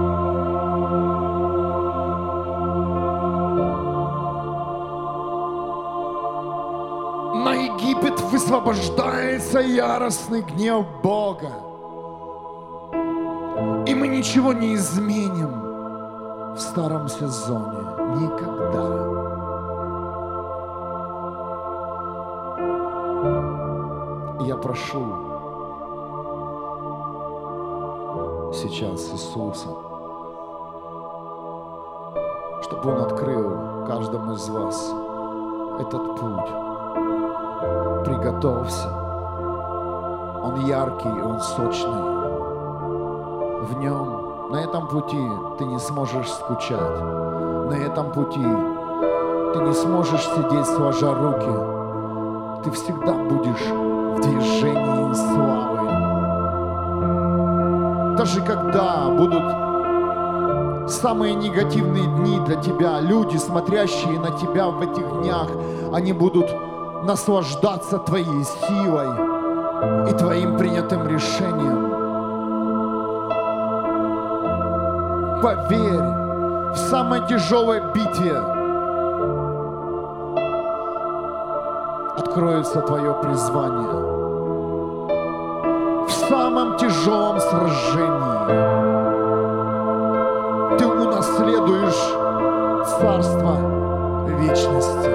S1: На Египет высвобождается яростный гнев Бога. И мы ничего не изменим в старом сезоне. Никогда. Я прошу сейчас Иисуса, чтобы Он открыл каждому из вас этот путь. Приготовься. Он яркий, он сочный. В нем, на этом пути ты не сможешь скучать. На этом пути ты не сможешь сидеть сложа руки. Ты всегда будешь в движении славы. Даже когда будут самые негативные дни для тебя, люди, смотрящие на тебя в этих днях, они будут наслаждаться твоей силой и твоим принятым решением. Поверь, в самой тяжелой битве откроется твое призвание. В самом тяжелом сражении ты унаследуешь царство вечности.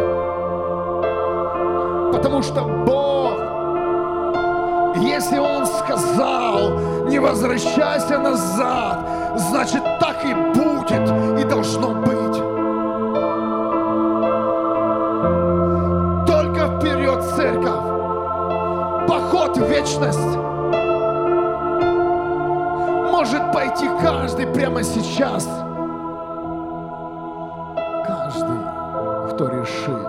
S1: Потому что Бог, если Он сказал: не возвращайся назад, значит, так и будет и должно быть. Только вперед, церковь! Поход в вечность может пойти каждый прямо сейчас. Каждый, кто решит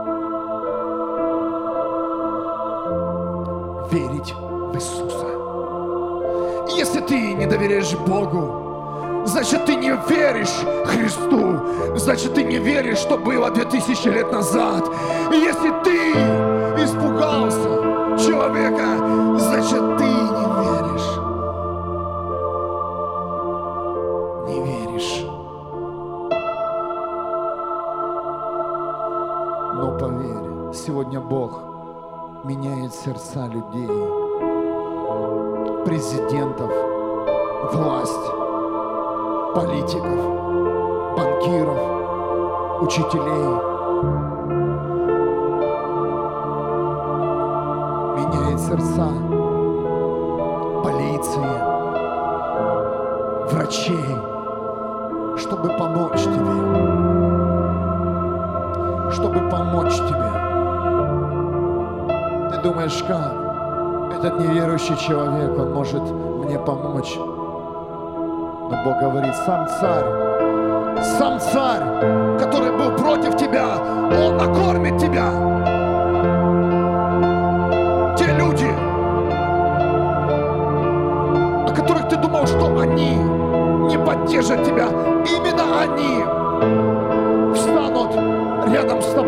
S1: верить в Иисуса. Если ты не доверяешь Богу, значит, ты не веришь Христу. Значит, ты не веришь, что было 2000 лет назад. И если ты испугался человека, значит, ты не веришь. Не веришь. Но поверь, сегодня Бог меняет сердца людей, президентов, власть, политиков, банкиров, учителей. Меняет сердца полиции, врачей, чтобы помочь тебе. Чтобы помочь тебе. Ты думаешь, как? Этот неверующий человек, он может мне помочь. Но Бог говорит: сам царь, который был против тебя, он накормит тебя. Те люди, о которых ты думал, что они не поддержат тебя, именно они встанут рядом с тобой.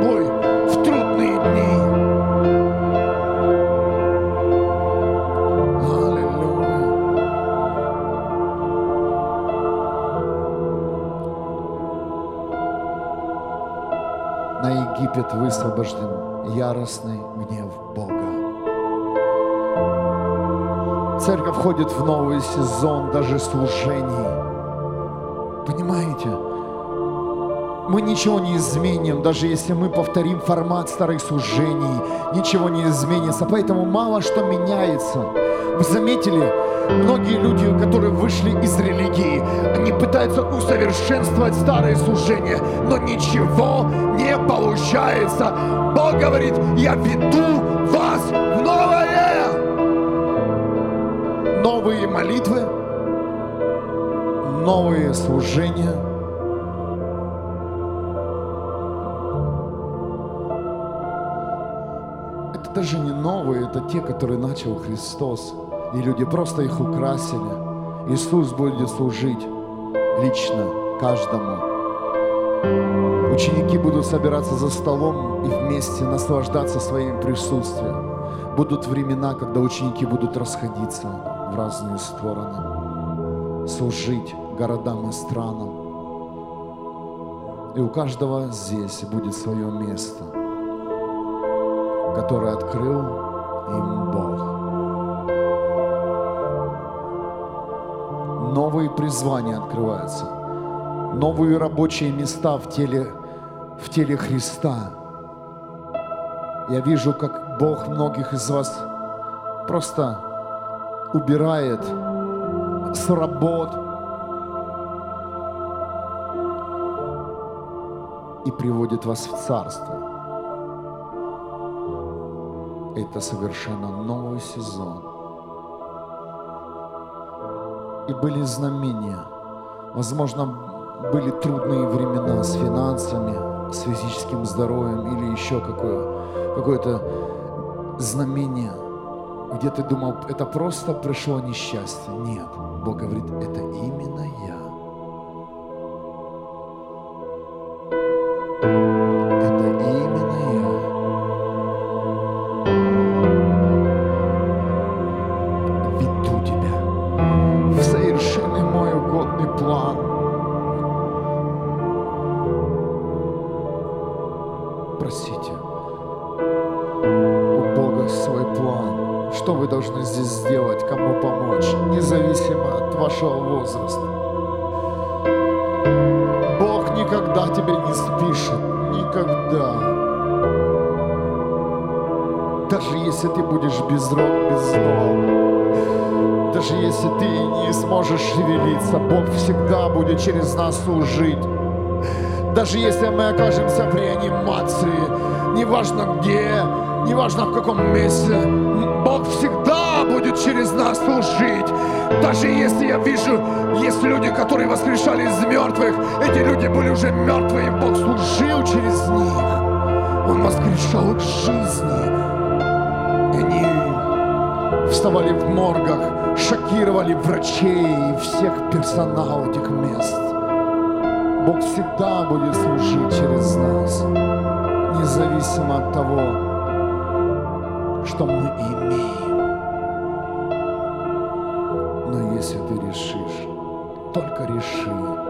S2: Египет высвобожден яростный гнев Бога. Церковь входит в новый сезон даже служений. Понимаете? Мы ничего не изменим, даже если мы повторим формат старых служений, ничего не изменится. Поэтому мало что меняется. Вы заметили, многие люди, которые вышли из религии, они пытаются усовершенствовать старые служения, но ничего не получается. Бог говорит: я веду вас в новое. Новые молитвы, новые служения. Даже не новые, это те, которые начал Христос. И люди просто их украсили. Иисус будет служить лично каждому. Ученики будут собираться за столом и вместе наслаждаться своим присутствием. Будут времена, когда ученики будут расходиться в разные стороны, служить городам и странам. И у каждого здесь будет свое место, который открыл им Бог. Новые призвания открываются, новые рабочие места в теле Христа. Я вижу, как Бог многих из вас просто убирает с работ и приводит вас в Царство. Это совершенно новый сезон. И были знамения. Возможно, были трудные времена с финансами, с физическим здоровьем или еще какое-то знамение, где ты думал, это просто пришло несчастье. Нет. Бог говорит, это именно я. Возраст. Бог никогда тебя не спишет, никогда. Даже если ты будешь без ног, даже если ты не сможешь шевелиться, Бог всегда будет через нас служить. Даже если мы окажемся в реанимации, неважно где, неважно в каком месте, Бог всегда будет через нас служить. Даже если я вижу, есть люди, которые воскрешали из мертвых, эти люди были уже мертвые, и Бог служил через них. Он воскрешал их жизни. И они вставали в моргах, шокировали врачей и всех персонал этих мест. Бог всегда будет служить через нас, независимо от того, что мы имеем. Но если ты решишь, только реши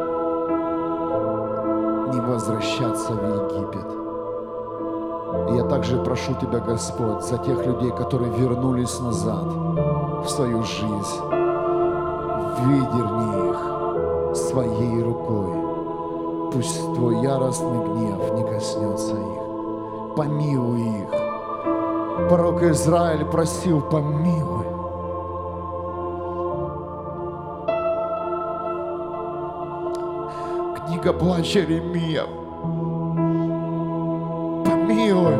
S2: не возвращаться в Египет. И я также прошу Тебя, Господь, за тех людей, которые вернулись назад в свою жизнь. Выдерни их своей рукой. Пусть Твой яростный гнев не коснется их. Помилуй их. Пророк Израиль просил, помилуй. Книга плача Иеремия. Помилуй.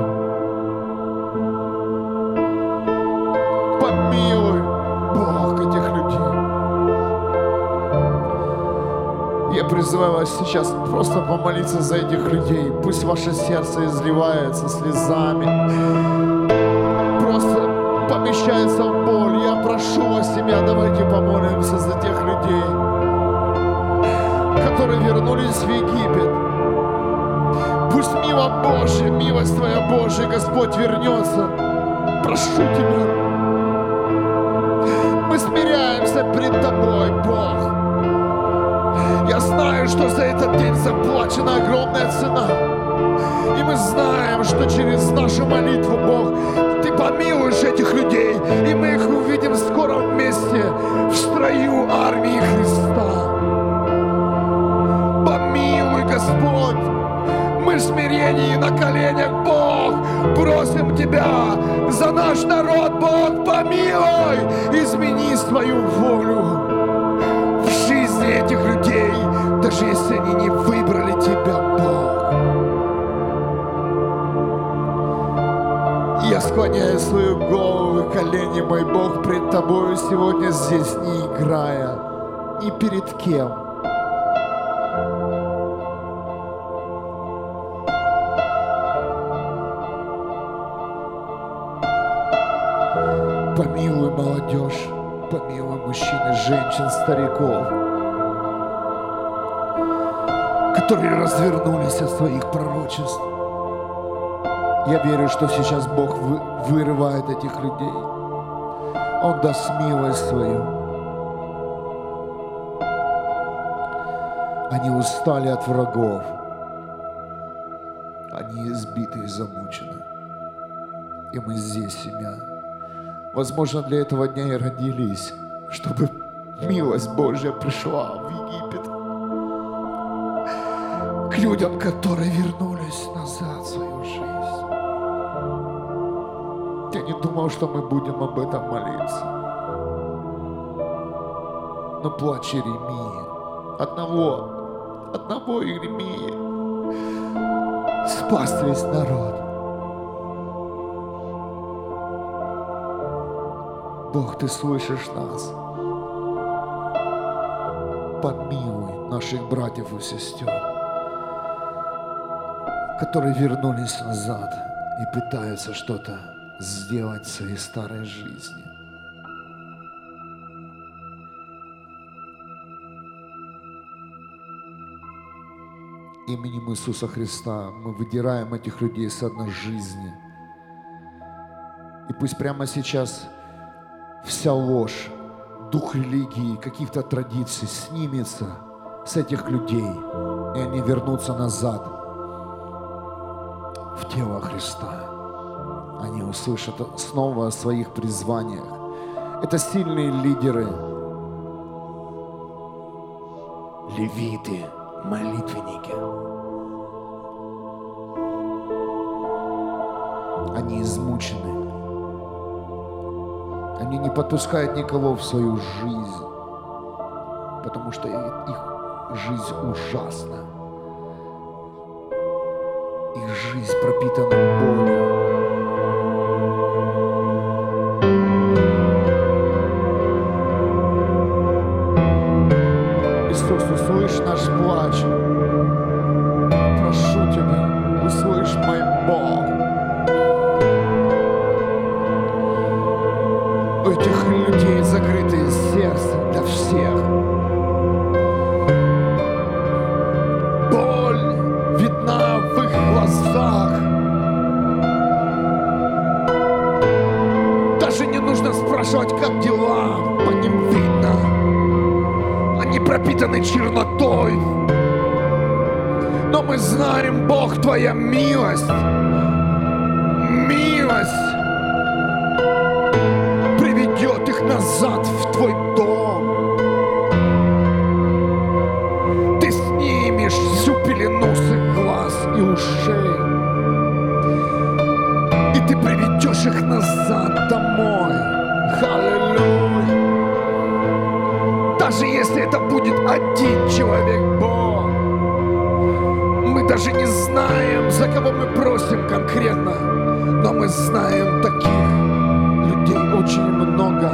S2: Помилуй, Бог, этих людей. Я призываю вас сейчас просто помолиться за этих людей. Пусть ваше сердце изливается слезами. Просто помещается в боль. Я прошу вас, семья, давайте помолимся за тех людей, которые вернулись в Египет. Пусть милость Твоя, Божья, Господь, вернется. Прошу Тебя. Мы смиряемся пред Тобой, Бог. Я знаю, что за этот день заплачена огромная цена. И мы знаем, что через нашу молитву, Бог, Ты помилуешь этих людей, и мы их увидим скоро вместе в строю армии Христа. Помилуй, Господь! Мы в смирении на коленях, Бог, просим Тебя за наш народ, Бог, помилуй! Измени свою волю в жизни этих людей, даже если они не выбрали Тебя, Бог. Я склоняю свою голову и колени, мой Бог, пред Тобою сегодня здесь, не играя ни перед кем. Помилуй молодежь, помилуй мужчин, женщин, стариков, которые развернулись от своих пророчеств. Я верю, что сейчас Бог вырывает этих людей. Он даст милость свою. Они устали от врагов. Они избиты и замучены. И мы здесь, семья. Возможно, для этого дня и родились, чтобы милость Божья пришла в Египет к людям, которые вернулись назад в свою жизнь. Я не думал, что мы будем об этом молиться. Но плач Иеремии, одного Иеремии спас весь народ. Бог, Ты слышишь нас. Помилуй наших братьев и сестер, которые вернулись назад и пытаются что-то сделать в своей старой жизни. Именем Иисуса Христа мы выдираем этих людей с одной жизни. И пусть прямо сейчас вся ложь, дух религии, каких-то традиций снимется с этих людей, и они вернутся назад в тело Христа. Они услышат снова о своих призваниях. Это сильные лидеры, левиты, молитвенники. Они измучены. Они не подпускают никого в свою жизнь, потому что их жизнь ужасна. Их жизнь пропитана болью. Иисус, услышь наш плач. Прошу Тебя, услышь мой Бог. У этих людей закрытое сердце для всех. Боль видна в их глазах. Даже не нужно спрашивать, как дела, по ним видно. Они пропитаны чернотой. Но мы знаем, Бог, Твоя милость, приведет их назад в Твой дом. Ты снимешь всю пелену с их глаз и ушей, и Ты приведешь их назад домой. Аллилуйя! Даже если это будет один человек, Бог, мы даже не знаем, за кого мы просим конкретно, но мы знаем таких людей очень много.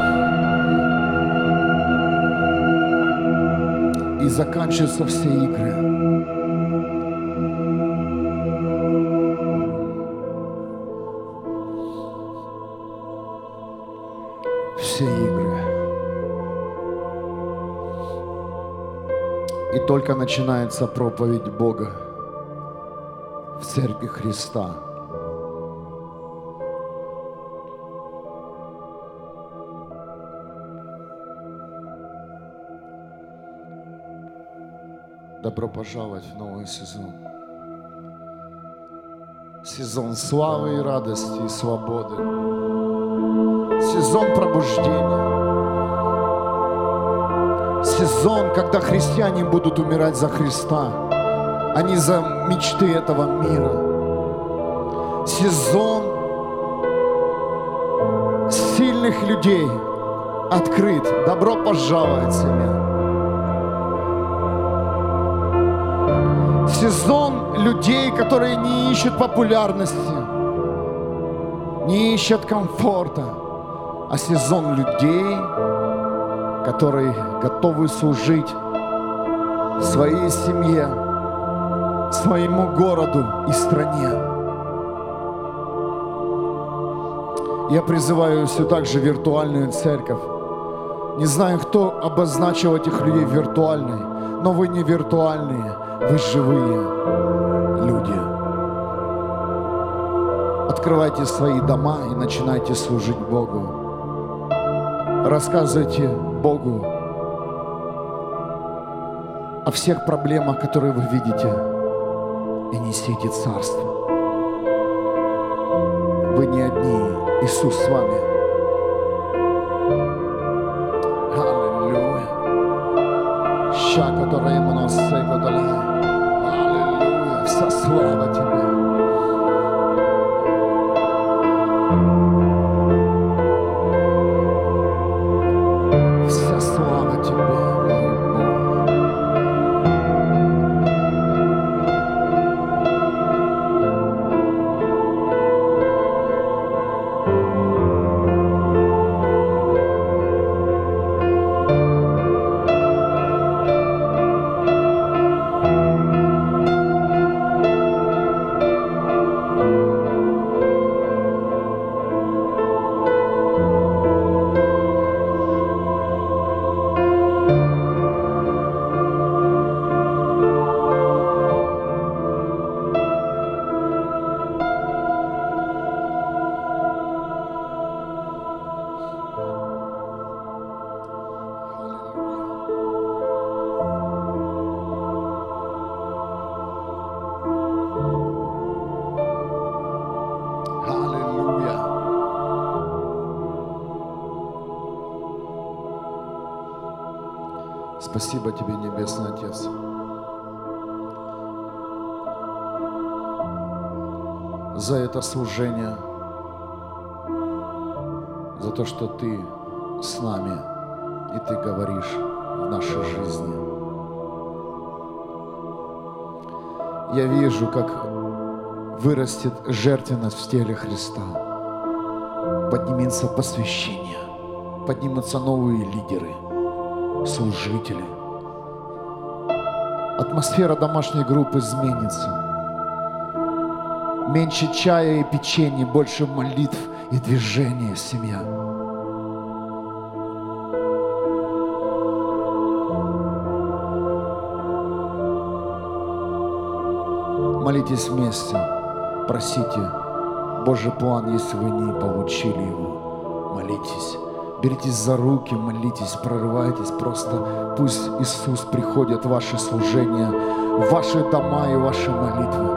S2: И заканчиваются все игры. Все игры. И только начинается проповедь Бога в Церкви Христа. Добро пожаловать в новый сезон. сезон славы и радости и свободы, сезон пробуждения, сезон, когда христиане будут умирать за Христа, а не за мечты этого мира, сезон сильных людей открыт. Добро пожаловать, семья. Сезон людей, которые не ищут популярности, не ищут комфорта, а сезон людей, которые готовы служить своей семье, своему городу и стране. Я призываю все так же виртуальную церковь. Не знаю, кто обозначил этих людей виртуальной, но вы не виртуальные, вы живые люди. Открывайте свои дома и начинайте служить Богу. Рассказывайте Богу о всех проблемах, которые вы видите, и несите царство. Вы не одни, Иисус с вами. Аллилуйя. Ща, которая ему носит, аллилуйя. Вся слава Тебе. Вся слава Тебе, мой Бог. Спасибо Тебе, Небесный Отец, за это служение, за то, что Ты с нами и Ты говоришь в нашей жизни. Я вижу, как вырастет жертвенность в теле Христа, поднимется посвящение, поднимутся новые лидеры, служители. Атмосфера домашней группы изменится. Меньше чая и печенья, больше молитв и движения, семья. Молитесь вместе, просите Божий план, если вы не получили его. Молитесь. Беритесь за руки, молитесь, прорывайтесь. Просто пусть Иисус приходит в ваше служение, в ваши дома и в ваши молитвы.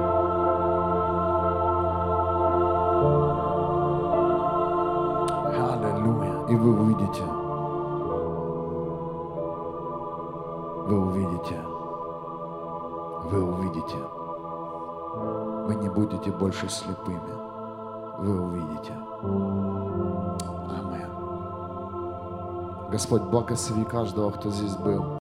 S2: Аллилуйя. И вы увидите. Вы увидите. Вы увидите. Вы не будете больше слепыми. Вы увидите. Господь, благослови каждого, кто здесь был.